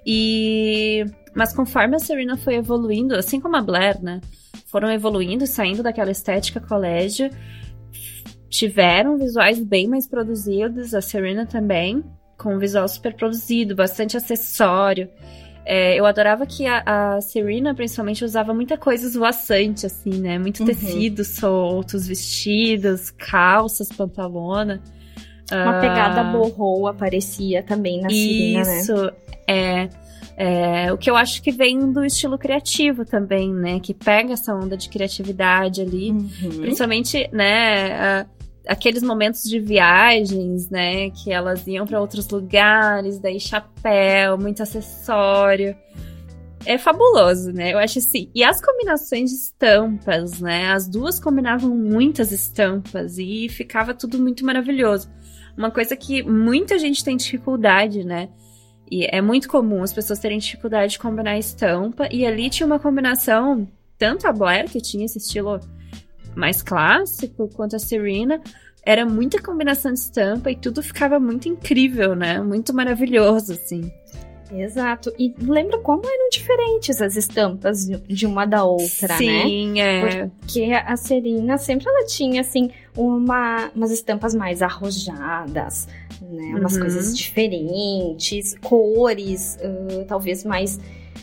Mas conforme a Serena foi evoluindo, assim como a Blair, né? Foram evoluindo, saindo daquela estética colégio, tiveram visuais bem mais produzidos, a Serena também, com um visual super produzido, bastante acessório. Eu adorava que a Serena, principalmente, usava muita coisa esvoaçante, assim, né? Muito tecidos soltos, vestidos, calças, pantalona. Uma pegada boho aparecia também na Serena, né? Isso, o que eu acho que vem do estilo criativo também, né? Que pega essa onda de criatividade ali. Principalmente, né? Aqueles momentos de viagens, né, que elas iam para outros lugares, daí chapéu, muito acessório. É fabuloso, né? Eu acho assim. E as combinações de estampas, né? As duas combinavam muitas estampas e ficava tudo muito maravilhoso. Uma coisa que muita gente tem dificuldade, né? E é muito comum as pessoas terem dificuldade de combinar estampa. E ali tinha uma combinação, tanto a Blair, que tinha esse estilo mais clássico, quanto a Serena, era muita combinação de estampa e tudo ficava muito incrível, né? Muito maravilhoso, assim. Exato. E lembra como eram diferentes as estampas de uma da outra, né? Sim, Porque a Serena sempre ela tinha, assim, umas estampas mais arrojadas, né? Umas coisas diferentes, cores, talvez mais...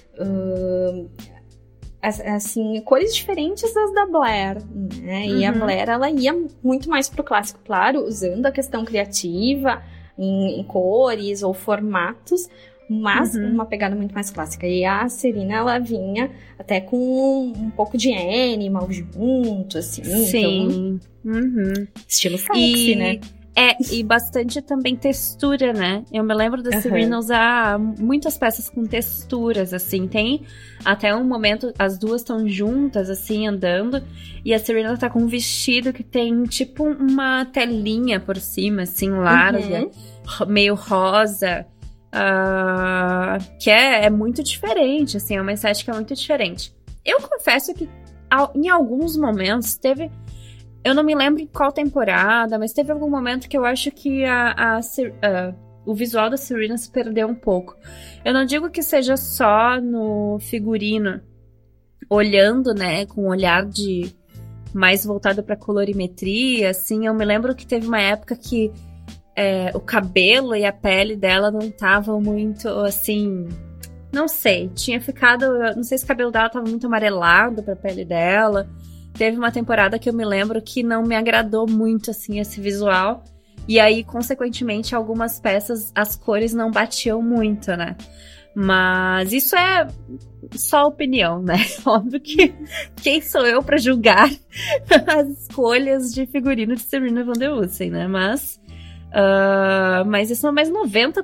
assim, cores diferentes das da Blair, né? E a Blair, ela ia muito mais pro clássico, claro, usando a questão criativa em cores ou formatos, mas uma pegada muito mais clássica. E a Serena, ela vinha até com um pouco de animal junto, assim. Sim. Então, estilo sexy, né? E bastante também textura, né? Eu me lembro da Serena usar muitas peças com texturas, assim. Tem até um momento, as duas estão juntas, assim, andando. E a Serena tá com um vestido que tem, tipo, uma telinha por cima, assim, larga. Meio rosa. Que é muito diferente, assim. É uma estética muito diferente. Eu confesso que em alguns momentos teve... Eu não me lembro em qual temporada, mas teve algum momento que eu acho que o visual da Serena se perdeu um pouco. Eu não digo que seja só no figurino, olhando, né, com um olhar de mais voltado pra colorimetria, assim. Eu me lembro que teve uma época que o cabelo e a pele dela não estavam muito, assim... Não sei, tinha ficado... Não sei se o cabelo dela tava muito amarelado pra pele dela... Teve uma temporada que eu me lembro que não me agradou muito, assim, esse visual. E aí, consequentemente, algumas peças, as cores não batiam muito, né? Mas isso é só opinião, né? Óbvio que quem sou eu pra julgar as escolhas de figurino de Serena Van der Woodsen, né? Mas isso é mais 90%,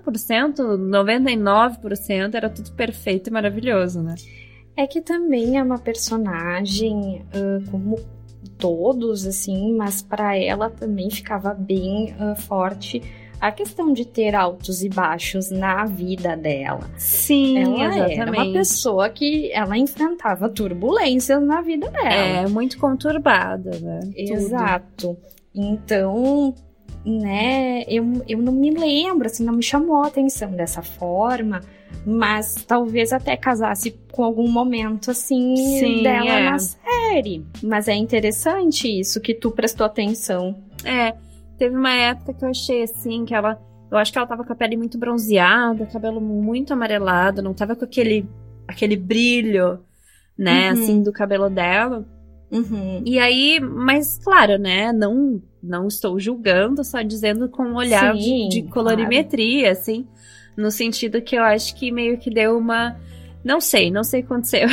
99% era tudo perfeito e maravilhoso, né? É que também é uma personagem como todos, assim, mas pra ela também ficava bem forte a questão de ter altos e baixos na vida dela. Sim, ela exatamente. Era uma pessoa que ela enfrentava turbulências na vida dela. É, muito conturbada, né? Exato. Tudo. Então, né, eu não me lembro, assim, não me chamou a atenção dessa forma, mas talvez até casasse com algum momento, assim, dela na série. Mas é interessante isso, que tu prestou atenção. Teve uma época que eu achei, assim, que ela... Eu acho que ela tava com a pele muito bronzeada, cabelo muito amarelado, não tava com aquele brilho, né, assim, do cabelo dela. E aí, mas claro, né, não estou julgando, só dizendo com um olhar de colorimetria, assim, no sentido que eu acho que meio que deu uma... Não sei o que aconteceu.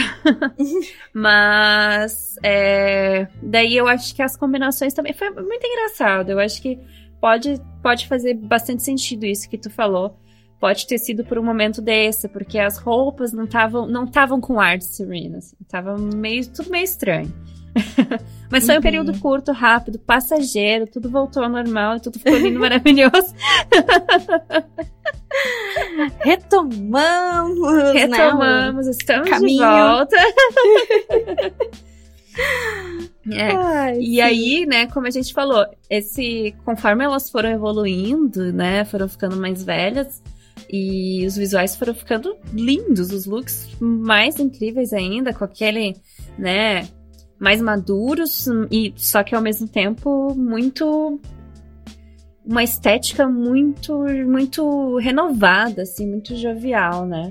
Mas daí eu acho que as combinações também foi muito engraçado. Eu acho que pode fazer bastante sentido isso que tu falou. Pode ter sido por um momento desse, porque as roupas não estavam com ar de Serena, assim, tava tudo meio estranho. Mas foi um período curto, rápido, passageiro, tudo voltou ao normal e tudo ficou lindo, maravilhoso. Retomamos, estamos de volta. E aí, né, como a gente falou, conforme elas foram evoluindo, né, foram ficando mais velhas e os visuais foram ficando lindos, os looks mais incríveis ainda, com aquele, né, mais maduros, e só que ao mesmo tempo uma estética muito, muito renovada, assim, muito jovial, né?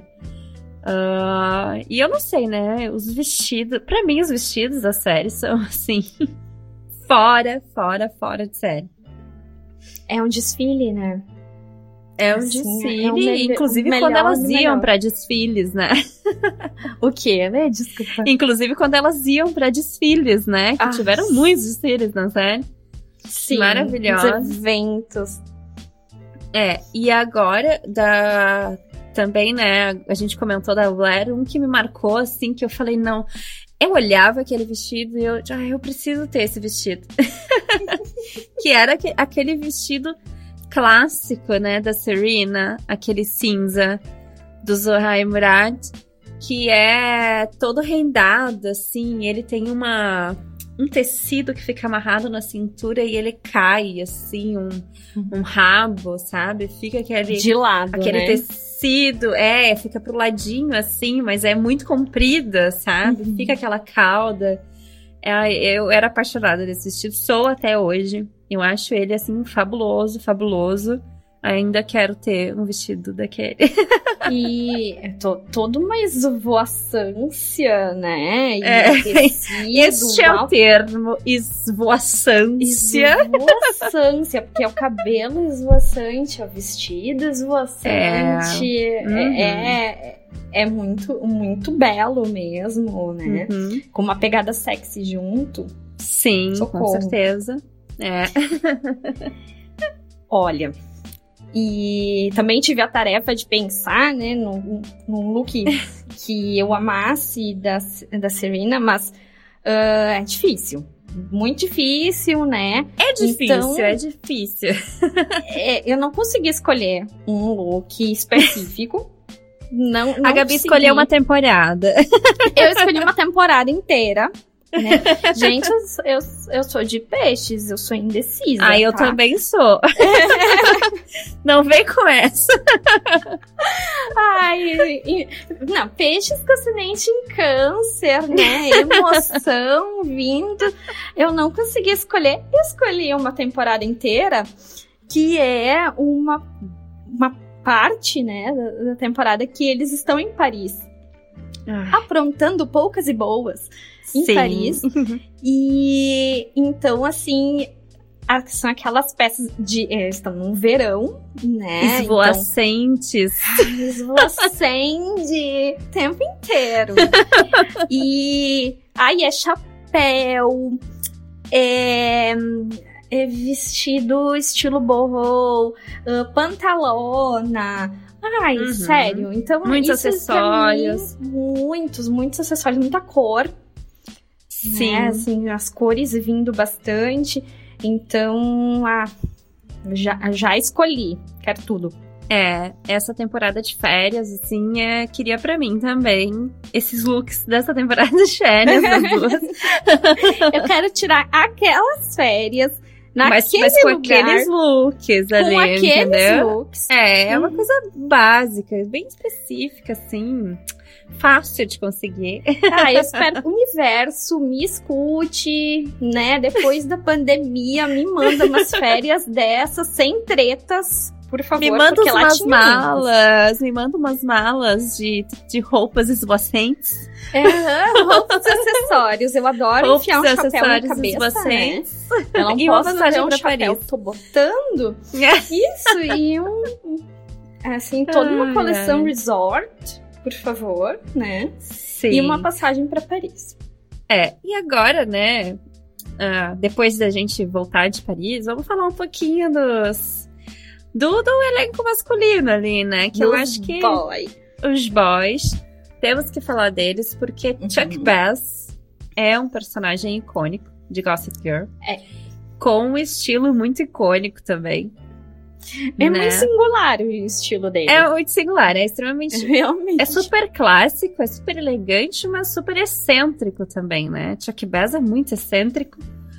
E eu não sei, né? Os vestidos... Pra mim, os vestidos da série são, assim... fora de série. É um desfile, né? É um desfile, inclusive quando elas iam pra desfiles, né? O quê, né? Desculpa. Inclusive quando elas iam pra desfiles, né? Que tiveram muitos desfiles na série. Sim, maravilhosos. Os eventos. E agora, também, né, a gente comentou da Blair, um que me marcou, assim, que eu falei, não... Eu olhava aquele vestido e eu preciso ter esse vestido. Que era aquele vestido clássico, né, da Serena, aquele cinza do Zohar Murad, que é todo rendado, assim, ele tem um tecido que fica amarrado na cintura e ele cai, assim, um rabo, sabe? Fica aquele... De lado, aquele né? tecido, fica pro ladinho, assim, mas é muito comprida, sabe? Fica aquela cauda. Eu era apaixonada desse vestido, sou até hoje. Eu acho ele, assim, fabuloso, fabuloso. Ainda quero ter um vestido daquele. E toda uma esvoaçância, né? Esse é o termo, esvoaçância. Esvoaçância, porque é o cabelo esvoaçante, é o vestido esvoaçante. É muito, muito belo mesmo, né? Com uma pegada sexy junto. Sim, socorro. Com certeza. Olha... E também tive a tarefa de pensar, né, num look que eu amasse da Serena, mas é difícil. Muito difícil, né? É difícil. Eu não consegui escolher um look específico. Não a Gabi escolheu uma temporada. Eu escolhi uma temporada inteira. Né? Gente, eu sou de peixes, eu sou indecisa. Eu também sou. Não vem com essa. Não, peixes com ascendente em câncer, né? Emoção vindo. Eu não consegui escolher. Eu escolhi uma temporada inteira que é uma parte, né, da temporada que eles estão em Paris. Aprontando poucas e boas. Em Paris. E então, assim, são aquelas peças de... estão no verão, né? Esvoaçantes. Então, esvoacende o tempo inteiro. E... Aí é chapéu, é vestido estilo boho, pantalona... Ai, sério. Então, muitos acessórios. Mim, muitos acessórios, muita cor. Sim. Né? Assim, as cores vindo bastante. Então, já escolhi. Quero tudo. Essa temporada de férias, assim, queria pra mim também. Esses looks dessa temporada de férias, das duas. Eu quero tirar aquelas férias. Mas com aqueles looks ali, com aqueles entendeu? Looks. É uma coisa básica, bem específica, assim, fácil de conseguir. Eu espero que o universo me escute, né? Depois da pandemia, me manda umas férias dessas, sem tretas, por favor. Me manda umas malas de roupas esvoaçantes. Roupas e acessórios. Eu adoro enfiar um chapéu na cabeça, né? Eu não posso fazer um chapéu. Tô botando isso e assim, toda uma coleção resort, por favor, né? Sim. E uma passagem pra Paris. E agora, né? Depois da gente voltar de Paris, vamos falar um pouquinho do elenco masculino ali, né? Que eu acho que os boys, temos que falar deles, porque Chuck Bass é um personagem icônico de Gossip Girl. Com um estilo muito icônico também. É muito singular o estilo dele. É muito singular, é extremamente... Realmente. É super clássico, é super elegante, mas super excêntrico também, né? Chuck Bass é muito excêntrico.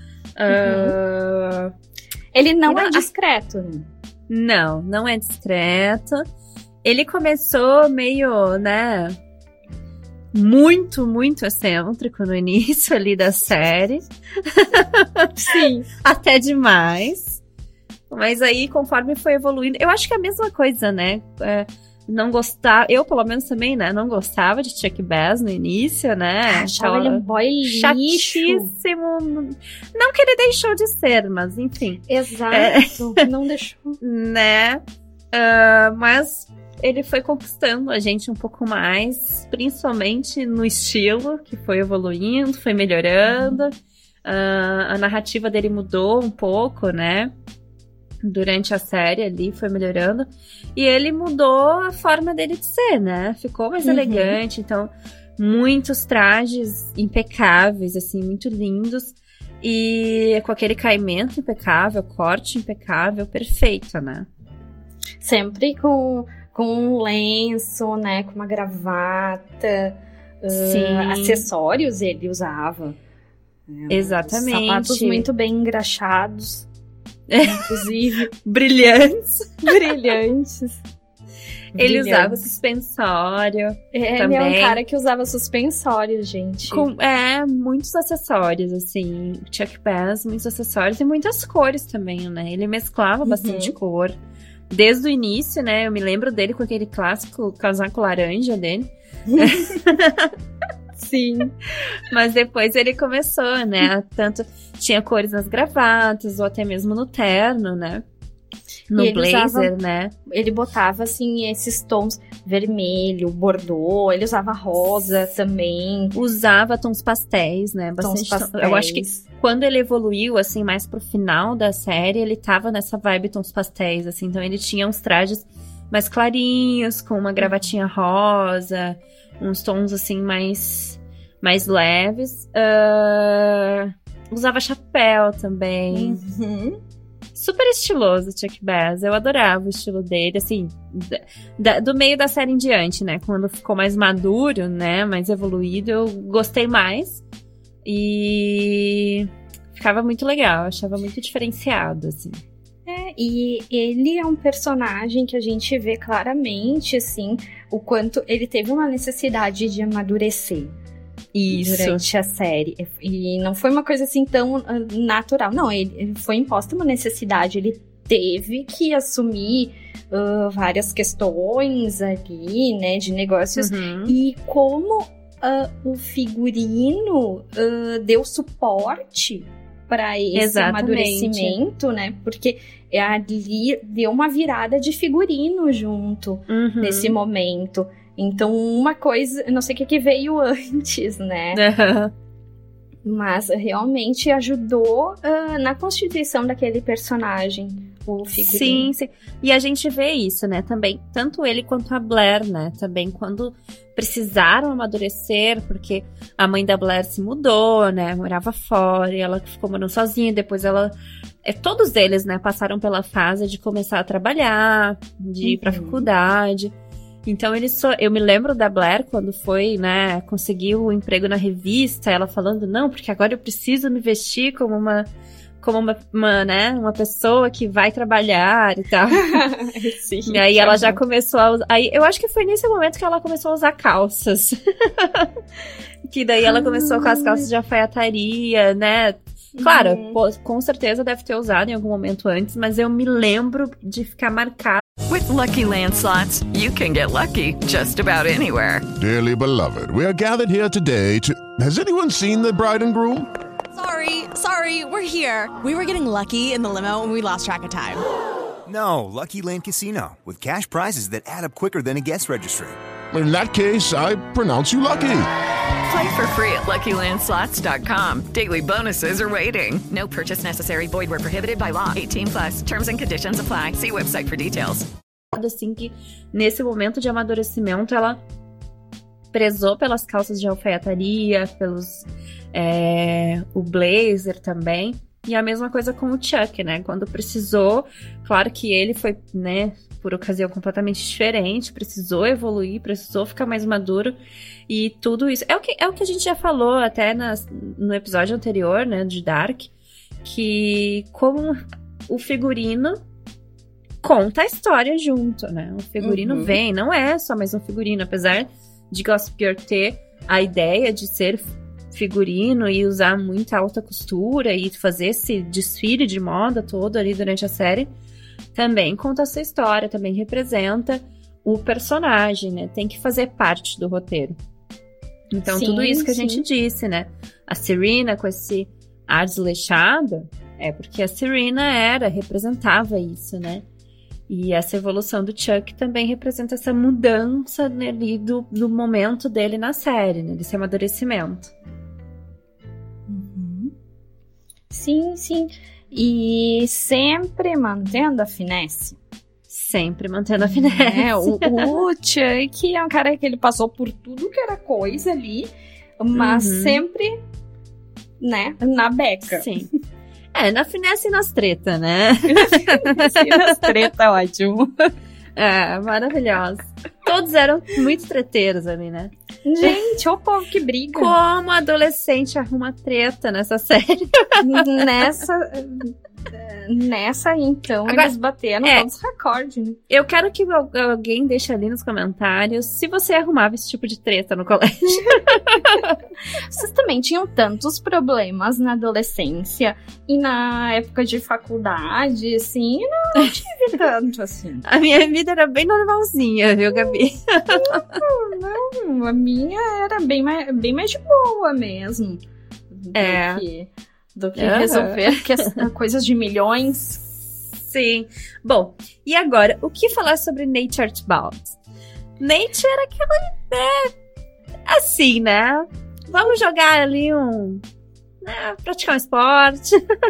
Ele não é discreto, né? Não é discreto. Ele começou meio, né... Muito excêntrico no início ali da série. Sim. Até demais. Mas aí, conforme foi evoluindo... Eu acho que é a mesma coisa, né? Não gostava... Eu, pelo menos, também, né? Não gostava de Chuck Bass no início, né? Achava ele um boy lixo. Chatíssimo. Não que ele deixou de ser, mas enfim. Exato. Não deixou. Né? Mas... ele foi conquistando a gente um pouco mais, principalmente no estilo, que foi evoluindo, foi melhorando. A narrativa dele mudou um pouco, né? Durante a série ali, foi melhorando. E ele mudou a forma dele de ser, né? Ficou mais elegante, então... Muitos trajes impecáveis, assim, muito lindos. E com aquele caimento impecável, corte impecável, perfeito, né? Sempre com um lenço, né? Com uma gravata. Acessórios ele usava. Exatamente. Sapatos muito bem engraxados. Inclusive. Brilhantes. Ele usava suspensório. Ele é um cara que usava suspensório, gente. Com muitos acessórios, assim. Chuck Bass, muitos acessórios e muitas cores também, né? Ele mesclava bastante cor. Desde o início, né? Eu me lembro dele com aquele clássico casaco laranja dele. Sim. Mas depois ele começou, né? Tanto tinha cores nas gravatas ou até mesmo no terno, né? No blazer, né? Ele botava, assim, esses tons vermelho, bordô. Ele usava rosa também. Usava tons pastéis, né? Bastante pastéis. Eu acho que quando ele evoluiu, assim, mais pro final da série, ele tava nessa vibe tons pastéis, assim. Então ele tinha uns trajes mais clarinhos, com uma gravatinha rosa, uns tons, assim, mais leves. Usava chapéu também. Super estiloso, Chuck Bass. Eu adorava o estilo dele, assim, do meio da série em diante, né? Quando ficou mais maduro, né? Mais evoluído, eu gostei mais. E ficava muito legal, achava muito diferenciado, assim. E ele é um personagem que a gente vê claramente, assim, o quanto ele teve uma necessidade de amadurecer. Isso. Durante a série. E não foi uma coisa assim tão natural. Não, ele foi imposta uma necessidade. Ele teve que assumir várias questões ali, né, de negócios. E como o figurino deu suporte para esse amadurecimento, né? Porque ali deu uma virada de figurino junto nesse momento. Então, uma coisa, não sei o que veio antes, né? Mas realmente ajudou na constituição daquele personagem, o figurino. Sim. E a gente vê isso, né? Também, tanto ele quanto a Blair, né? Também quando precisaram amadurecer, porque a mãe da Blair se mudou, né? Morava fora e ela ficou morando sozinha. Depois ela... todos eles, né? Passaram pela fase de começar a trabalhar, de ir pra faculdade. Então, eu me lembro da Blair quando foi, né, conseguiu o emprego na revista, ela falando, não, porque agora eu preciso me vestir como uma pessoa que vai trabalhar e tal. Sim, e aí ela já começou a usar, aí eu acho que foi nesse momento que ela começou a usar calças. Que daí ela começou com as calças de alfaiataria, né? Claro, com certeza deve ter usado em algum momento antes, mas eu me lembro de ficar marcada. With Lucky Land Slots, you can get lucky just about anywhere. Dearly beloved, we are gathered here today to... Has anyone seen the bride and groom? Sorry, we're here. We were getting lucky in the limo and we lost track of time. No, Lucky Land Casino, with cash prizes that add up quicker than a guest registry. In that case, I pronounce you lucky. Play for free at LuckyLandSlots.com. Daily bonuses are waiting. No purchase necessary. Void where prohibited by law. 18+. Terms and conditions apply. See website for details. Assim que nesse momento de amadurecimento ela prezou pelas calças de alfaiataria, pelos o blazer também. E a mesma coisa com o Chuck, né? Quando precisou, claro que ele foi, né, por ocasião completamente diferente, precisou evoluir, precisou ficar mais maduro. E tudo isso. É o que a gente já falou até no episódio anterior, né, de Dark, que como o figurino conta a história junto, né? O figurino vem, não é só mais um figurino, apesar de Gossip Girl ter a ideia de ser figurino e usar muita alta costura e fazer esse desfile de moda todo ali durante a série, também conta essa história, também representa o personagem, né? Tem que fazer parte do roteiro. Então, tudo isso que a gente disse, né? A Serena com esse ar desleixado é porque a Serena representava isso, né? E essa evolução do Chuck também representa essa mudança ali do momento dele na série, né? Desse amadurecimento. Sim. E sempre mantendo a finesse. Sempre mantendo a finesse. O Chuck é um cara que ele passou por tudo que era coisa ali, mas sempre, né, na beca. Sim. Na finesse e nas treta, né? Nas treta, ótimo. Maravilhoso. Todos eram muito treteiros ali, né? Gente, o povo que briga. Como adolescente arruma treta nessa série. Nessa, então, agora, eles bateram todos os recordes, né? Eu quero que alguém deixe ali nos comentários se você arrumava esse tipo de treta no colégio. Vocês também tinham tantos problemas na adolescência e na época de faculdade, assim, não tive tanto, assim. A minha vida era bem normalzinha, viu, Gabi? Não, a minha era bem mais de boa mesmo. Do que resolver coisas de milhões. Sim. Bom, e agora, o que falar sobre Nate Archibald? Nate era aquela, assim, né? Vamos jogar ali praticar um esporte.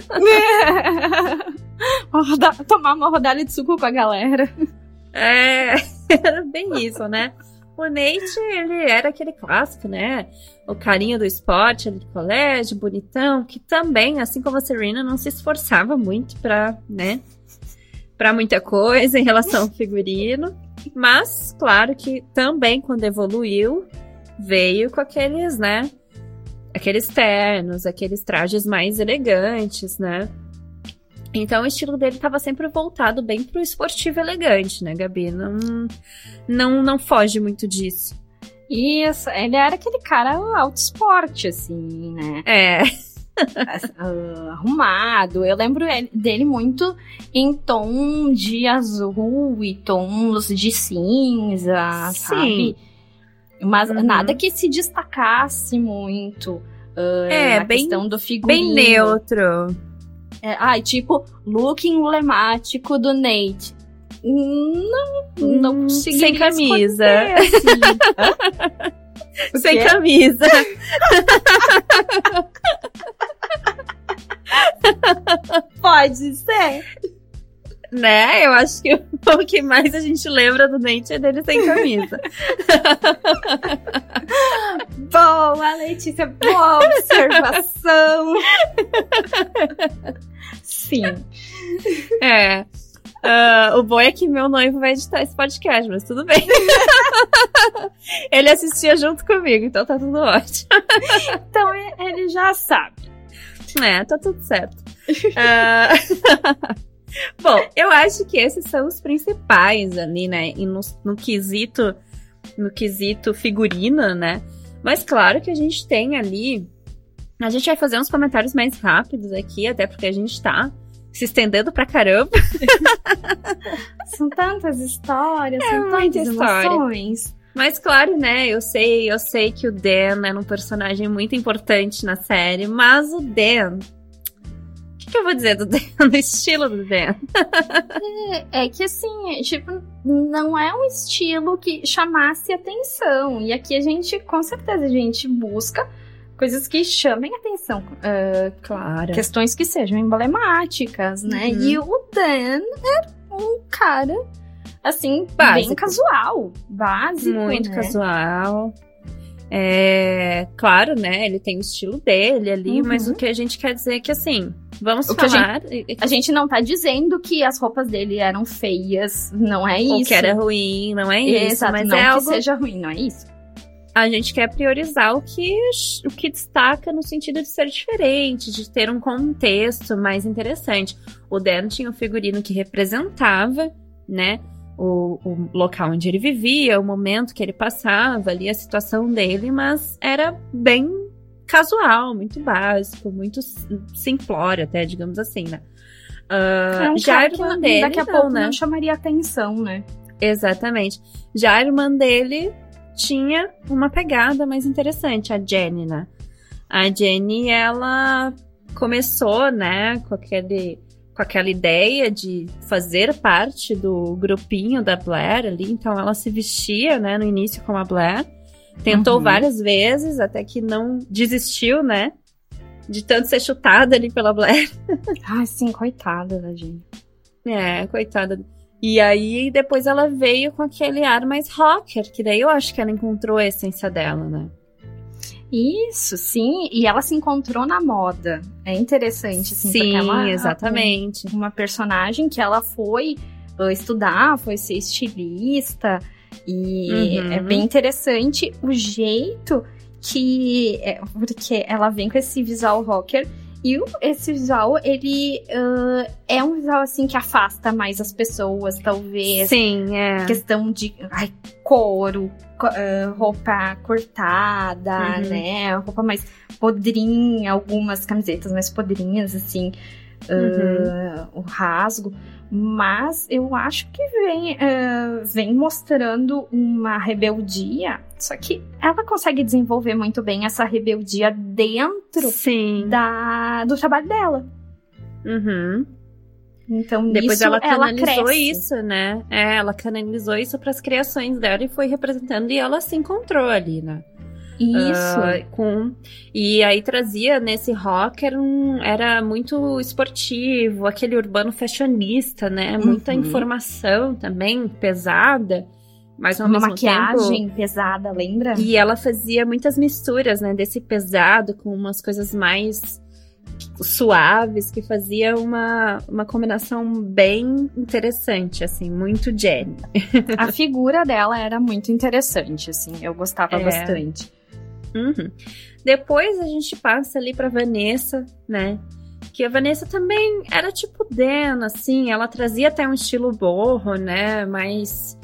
Tomar uma rodada de suco com a galera. Era bem isso, né? O Nate, ele era aquele clássico, né? O carinha do esporte ali do colégio, bonitão, que também, assim como a Serena, não se esforçava muito pra muita coisa em relação ao figurino. Mas, claro que também, quando evoluiu, veio com aqueles, né? Aqueles ternos, aqueles trajes mais elegantes, né? Então, o estilo dele estava sempre voltado bem pro esportivo elegante, né, Gabi? Não foge muito disso. Isso, ele era aquele cara alto esporte, assim, né? Arrumado. Eu lembro dele muito em tom de azul e tons de cinza, sabe? Mas nada que se destacasse muito. a questão do figurino. Bem neutro. Tipo, look emblemático do Nate. Não conseguiria sem camisa. Assim. Sem camisa. Pode ser. Né? Eu acho que o que mais a gente lembra do Nate é dele sem camisa. Boa, Letícia. Boa observação. Sim. O bom é que meu noivo vai editar esse podcast, mas tudo bem. Ele assistia junto comigo, então tá tudo ótimo. Então ele já sabe. Tá tudo certo. Bom, eu acho que esses são os principais ali, né? E no quesito figurino, né? Mas claro que a gente tem ali... A gente vai fazer uns comentários mais rápidos aqui, até porque a gente tá se estendendo pra caramba. São tantas histórias, são muita tantas emoções. Mas claro, né, eu sei que o Dan é um personagem muito importante na série, mas o Dan... O que eu vou dizer do Dan, do estilo do Dan? É que assim, tipo, não é um estilo que chamasse atenção. E aqui com certeza, a gente busca coisas que chamem atenção. Claro. Questões que sejam emblemáticas, né? E o Dan é um cara, assim, básico. Bem casual. Básico, muito, né? Casual. Claro, né? Ele tem o estilo dele ali, mas o que a gente quer dizer é que, assim, vamos falar... A gente não tá dizendo que as roupas dele eram feias, não é isso. Ou que era ruim, não é isso. Exato, mas não é que algo... seja ruim, não é isso. A gente quer priorizar o que destaca no sentido de ser diferente, de ter um contexto mais interessante. O Dan tinha um figurino que representava, né, o local onde ele vivia, o momento que ele passava ali, a situação dele, mas era bem casual, muito básico, muito simplório até, digamos assim, né. Já a irmã dele, daqui a pouco não chamaria atenção, né? Exatamente. Já a irmã dele tinha uma pegada mais interessante, a Jenny, né? A Jenny, ela começou, né, com aquela ideia de fazer parte do grupinho da Blair ali, então ela se vestia, né, no início como a Blair, tentou várias vezes, até que não desistiu, né, de tanto ser chutada ali pela Blair. Ai, sim, coitada da Jenny. Coitada. E aí, depois ela veio com aquele ar mais rocker, que daí eu acho que ela encontrou a essência dela, né? Isso, sim. E ela se encontrou na moda. É interessante, assim. Sim, porque ela exatamente. Uma personagem que ela foi estudar, foi ser estilista. E é bem interessante o jeito que... porque ela vem com esse visual rocker. E esse visual, ele é um visual, assim, que afasta mais as pessoas, talvez. Sim, Questão de couro, roupa cortada, né? Roupa mais podrinha, algumas camisetas mais podrinhas, assim. O rasgo. Mas eu acho que vem mostrando uma rebeldia. Só que ela consegue desenvolver muito bem essa rebeldia dentro do trabalho dela. Então, depois nisso, ela canalizou cresce. isso, né? Ela canalizou isso para as criações dela e foi representando, e ela se encontrou ali, né? Isso. E aí trazia nesse rock, era muito esportivo, aquele urbano fashionista, né? Muita informação também, pesada. Mas ao mesmo maquiagem tempo, pesada, lembra? E ela fazia muitas misturas, né? Desse pesado com umas coisas mais suaves, que fazia uma combinação bem interessante, assim, muito Jenny. A figura dela era muito interessante, assim, eu gostava bastante. Depois a gente passa ali pra Vanessa, né? Que a Vanessa também era tipo Dan, assim, ela trazia até um estilo boho, né? Mais...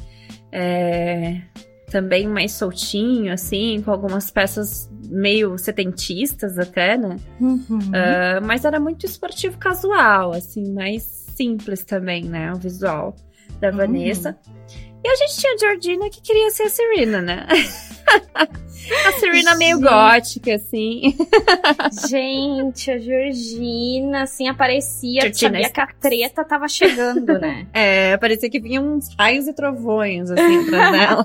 também mais soltinho, assim, com algumas peças meio setentistas até, né? Mas era muito esportivo casual, assim, mais simples também, né? O visual da Vanessa. E a gente tinha a Georgina que queria ser a Serena, né? A Serena meio gótica, assim. Gente, a Georgina, assim, aparecia, sabia que a treta tava chegando, né? Parecia que vinham uns raios e trovões, assim, atrás dela.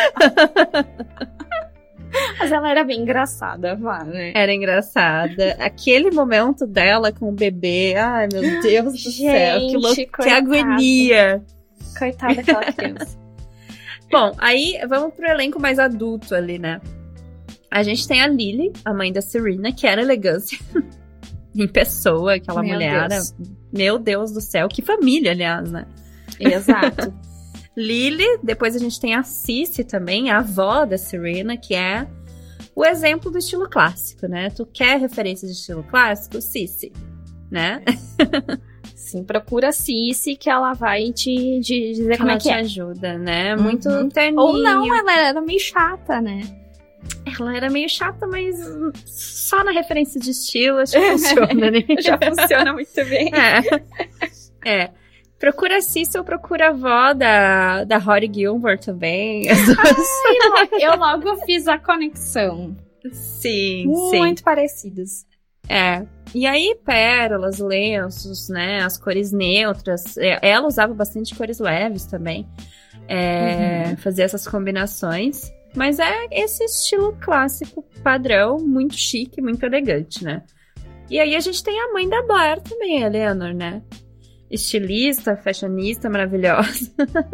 Mas ela era bem engraçada, né? Era engraçada. Aquele momento dela com o bebê, ai, meu Deus do céu, que agonia. Coitada daquela criança. Bom, aí vamos pro elenco mais adulto ali, né? A gente tem a Lily, a mãe da Serena, que era elegância em pessoa, aquela mulher. Meu Deus do céu, que família, aliás, né? Exato. Lily, depois a gente tem a Cissy também, a avó da Serena, que é o exemplo do estilo clássico, né? Tu quer referência de estilo clássico? Cissy, né? Sim, procura a Cissy que ela vai te dizer como é que ela te ajuda, né? Muito terninho. Ou não, ela era meio chata, né? Ela era meio chata, mas só na referência de estilo acho que funciona, né? Já funciona muito bem. Procura a Cissy ou procura a avó da Rory Gilmore também. Eu logo fiz a conexão. Sim, muito parecidas. E aí, pérolas, lenços, né? As cores neutras. Ela usava bastante cores leves também. Fazia essas combinações. Mas é esse estilo clássico, padrão, muito chique, muito elegante, né? E aí a gente tem a mãe da Blair também, a Eleanor, né? Estilista, fashionista, maravilhosa.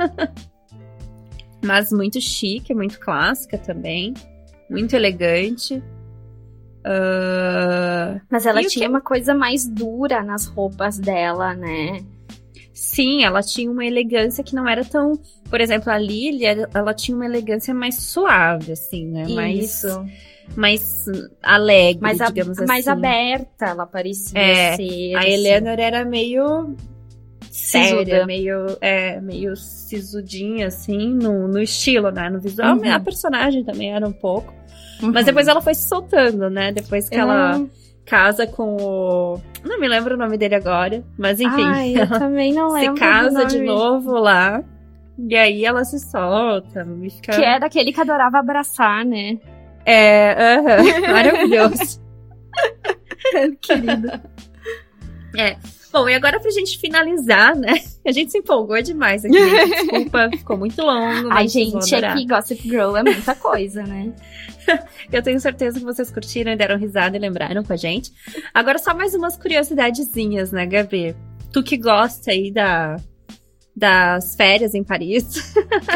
Mas muito chique, muito clássica também. Muito elegante. Mas ela tinha uma coisa mais dura nas roupas dela, né? Sim, ela tinha uma elegância que não era tão... Por exemplo, a Lily, ela tinha uma elegância mais suave, assim, né? Mais alegre, digamos assim. Mais aberta, ela parecia ser. A Eleanor era meio séria, meio sisudinha, assim, no estilo, né? No visual, a personagem também era um pouco. Mas depois ela foi se soltando, né? Depois que ela casa com o... Não me lembro o nome dele agora, mas enfim. Eu também não lembro. Se casa de novo lá. E aí ela se solta. Fica... Que é daquele que adorava abraçar, né? Maravilhoso. Querido. Bom, e agora pra gente finalizar, né? A gente se empolgou demais aqui. Desculpa, ficou muito longo. Ai, gente, aqui Gossip Girl é muita coisa, né? Eu tenho certeza que vocês curtiram e deram risada e lembraram com a gente. Agora só mais umas curiosidadezinhas, né, Gabi? Tu que gosta aí das férias em Paris.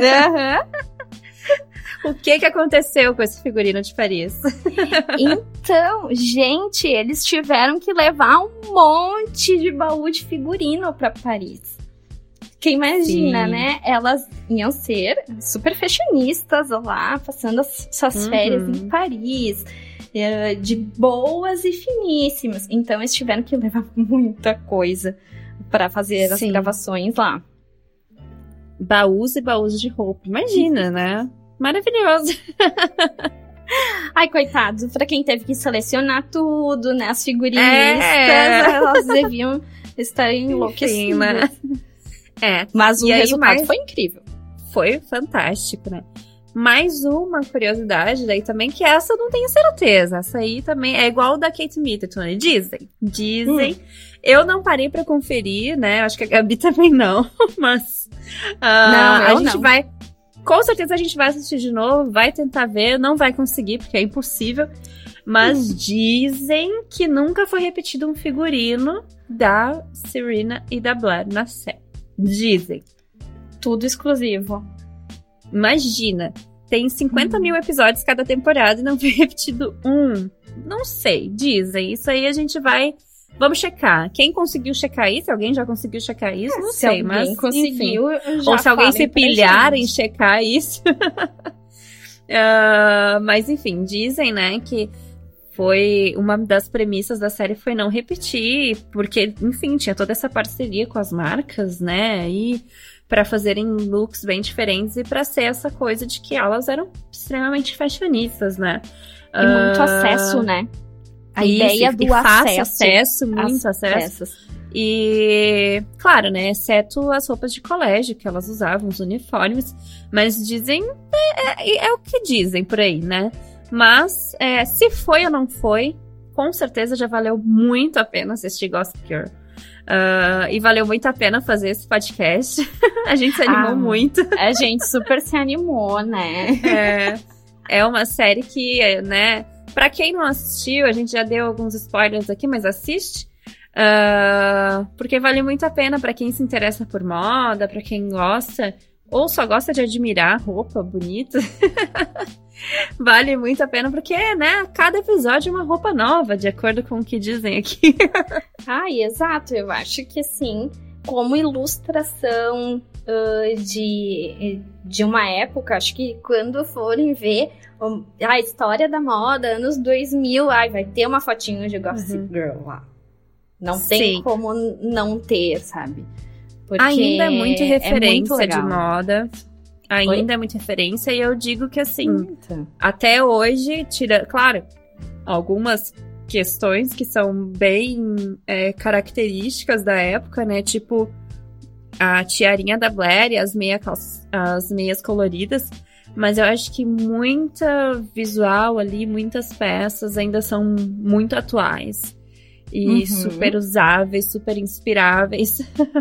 O que aconteceu com esse figurino de Paris? Então, gente, eles tiveram que levar um monte de baú de figurino pra Paris. Porque imagina, né? Elas iam ser super fashionistas lá, passando as suas férias em Paris. De boas e finíssimas. Então, eles tiveram que levar muita coisa pra fazer as gravações lá. Baús e baús de roupa. Imagina, né? Maravilhoso. Ai, coitados, pra quem teve que selecionar tudo, né? As figuristas, elas deviam estar enlouquecidas. Né? Mas o resultado foi incrível. Foi fantástico, né? Mais uma curiosidade daí também, que essa eu não tenho certeza. Essa aí também é igual da Kate Middleton, né? Dizem. Eu não parei pra conferir, né? Acho que a Gabi também não. Mas a gente vai... Com certeza a gente vai assistir de novo, vai tentar ver, não vai conseguir, porque é impossível. Mas dizem que nunca foi repetido um figurino da Serena e da Blair na série. Dizem. Tudo exclusivo. Imagina, tem 50 mil episódios cada temporada e não foi repetido um. Não sei, dizem. Isso aí a gente vai... Vamos checar. Quem conseguiu checar isso? Alguém já conseguiu checar isso? Não sei, mas conseguiu, enfim. Ou se alguém se pilhar em checar isso. Mas enfim, dizem, né, que foi uma das premissas da série foi não repetir, porque, enfim, tinha toda essa parceria com as marcas, né, e para fazerem looks bem diferentes e para ser essa coisa de que elas eram extremamente fashionistas, né. E muito acesso, né. A ideia do acesso, muito acesso. E, claro, né, exceto as roupas de colégio que elas usavam, os uniformes, mas dizem, é o que dizem por aí, né? Mas, se foi ou não foi, com certeza já valeu muito a pena assistir Gossip Girl. E valeu muito a pena fazer esse podcast. A gente se animou muito. A gente super se animou, né? É uma série que, né, pra quem não assistiu, a gente já deu alguns spoilers aqui, mas assiste. Porque vale muito a pena pra quem se interessa por moda, pra quem gosta, ou só gosta de admirar roupa bonita. Vale muito a pena porque, né, cada episódio é uma roupa nova, de acordo com o que dizem aqui. Exato. Eu acho que, assim, como ilustração de uma época, acho que quando forem ver a história da moda, anos 2000, vai ter uma fotinho de Gossip Girl lá. Não tem como não ter, sabe? Porque ainda é muito referência muito de moda. Ainda é muita referência. E eu digo que, assim, até hoje, claro, algumas questões que são bem características da época, né? Tipo, a tiarinha da Blair e as meias coloridas. Mas eu acho que muita visual ali, muitas peças ainda são muito atuais. E super usáveis, super inspiráveis.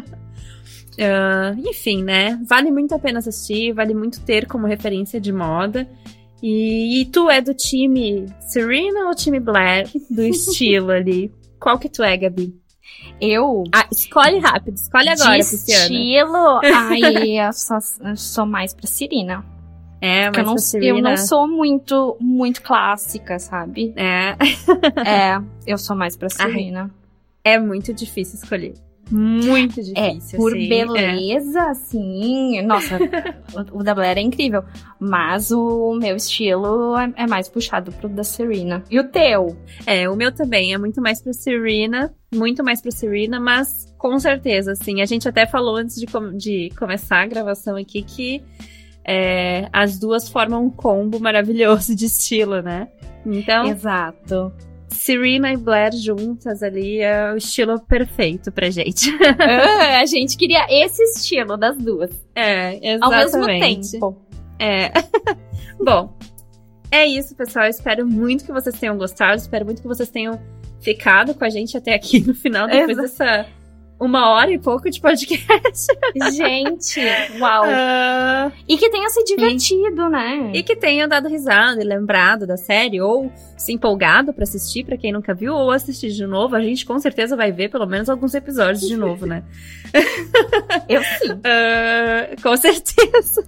Enfim, né? Vale muito a pena assistir, vale muito ter como referência de moda. E tu é do time Serena ou time Blair? Do estilo ali? Qual que tu é, Gabi? Eu? Escolhe rápido, escolhe agora, Pisciana. De estilo, eu sou mais pra Serena. Eu não sou muito clássica, sabe? Eu sou mais pra Serena. É muito difícil escolher. Muito difícil. Por beleza, assim... Nossa, o da Blair é incrível. Mas o meu estilo é mais puxado pro da Serena. E o teu? O meu também é muito mais pra Serena. Muito mais pra Serena, mas com certeza, assim. A gente até falou antes de começar a gravação aqui que as duas formam um combo maravilhoso de estilo, né? Então... Exato. Serena e Blair juntas ali é o estilo perfeito pra gente. A gente queria esse estilo das duas. Exatamente. Ao mesmo tempo. Bom, é isso, pessoal. Eu espero muito que vocês tenham gostado. Espero muito que vocês tenham ficado com a gente até aqui no final, depois dessa 1h e pouco de podcast. Gente, uau. E que tenha se divertido, né? E que tenha dado risada e lembrado da série, ou se empolgado pra assistir, pra quem nunca viu, ou assistir de novo. A gente com certeza vai ver pelo menos alguns episódios de novo, né? Eu sim. Com certeza.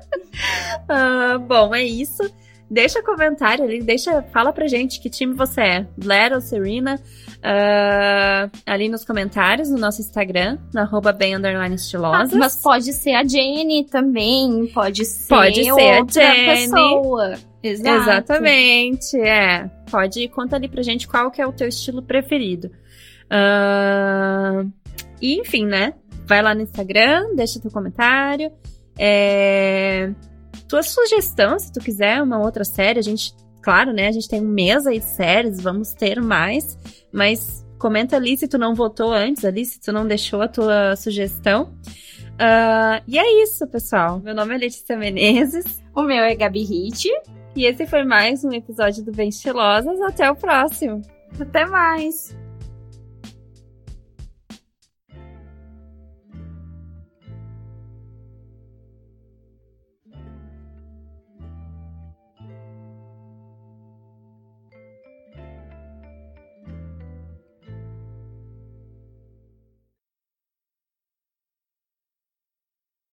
Bom, é isso. Deixa comentário ali, fala pra gente que time você é, Blair ou Serena, ali nos comentários, no nosso Instagram, no @bem_estilosas. Mas pode ser a Jenny também, pode ser a outra Jenny. pessoa. Exato. Exatamente, conta ali pra gente qual que é o teu estilo preferido. E enfim, né, vai lá no Instagram, deixa teu comentário, tua sugestão, se tu quiser uma outra série, a gente, claro, né, a gente tem um mês aí de séries, vamos ter mais, mas comenta ali se tu não votou antes ali, se tu não deixou a tua sugestão. E é isso, pessoal. Meu nome é Letícia Menezes. O meu é Gabi Hit. E esse foi mais um episódio do Bem Estilosas. Até o próximo. Até mais.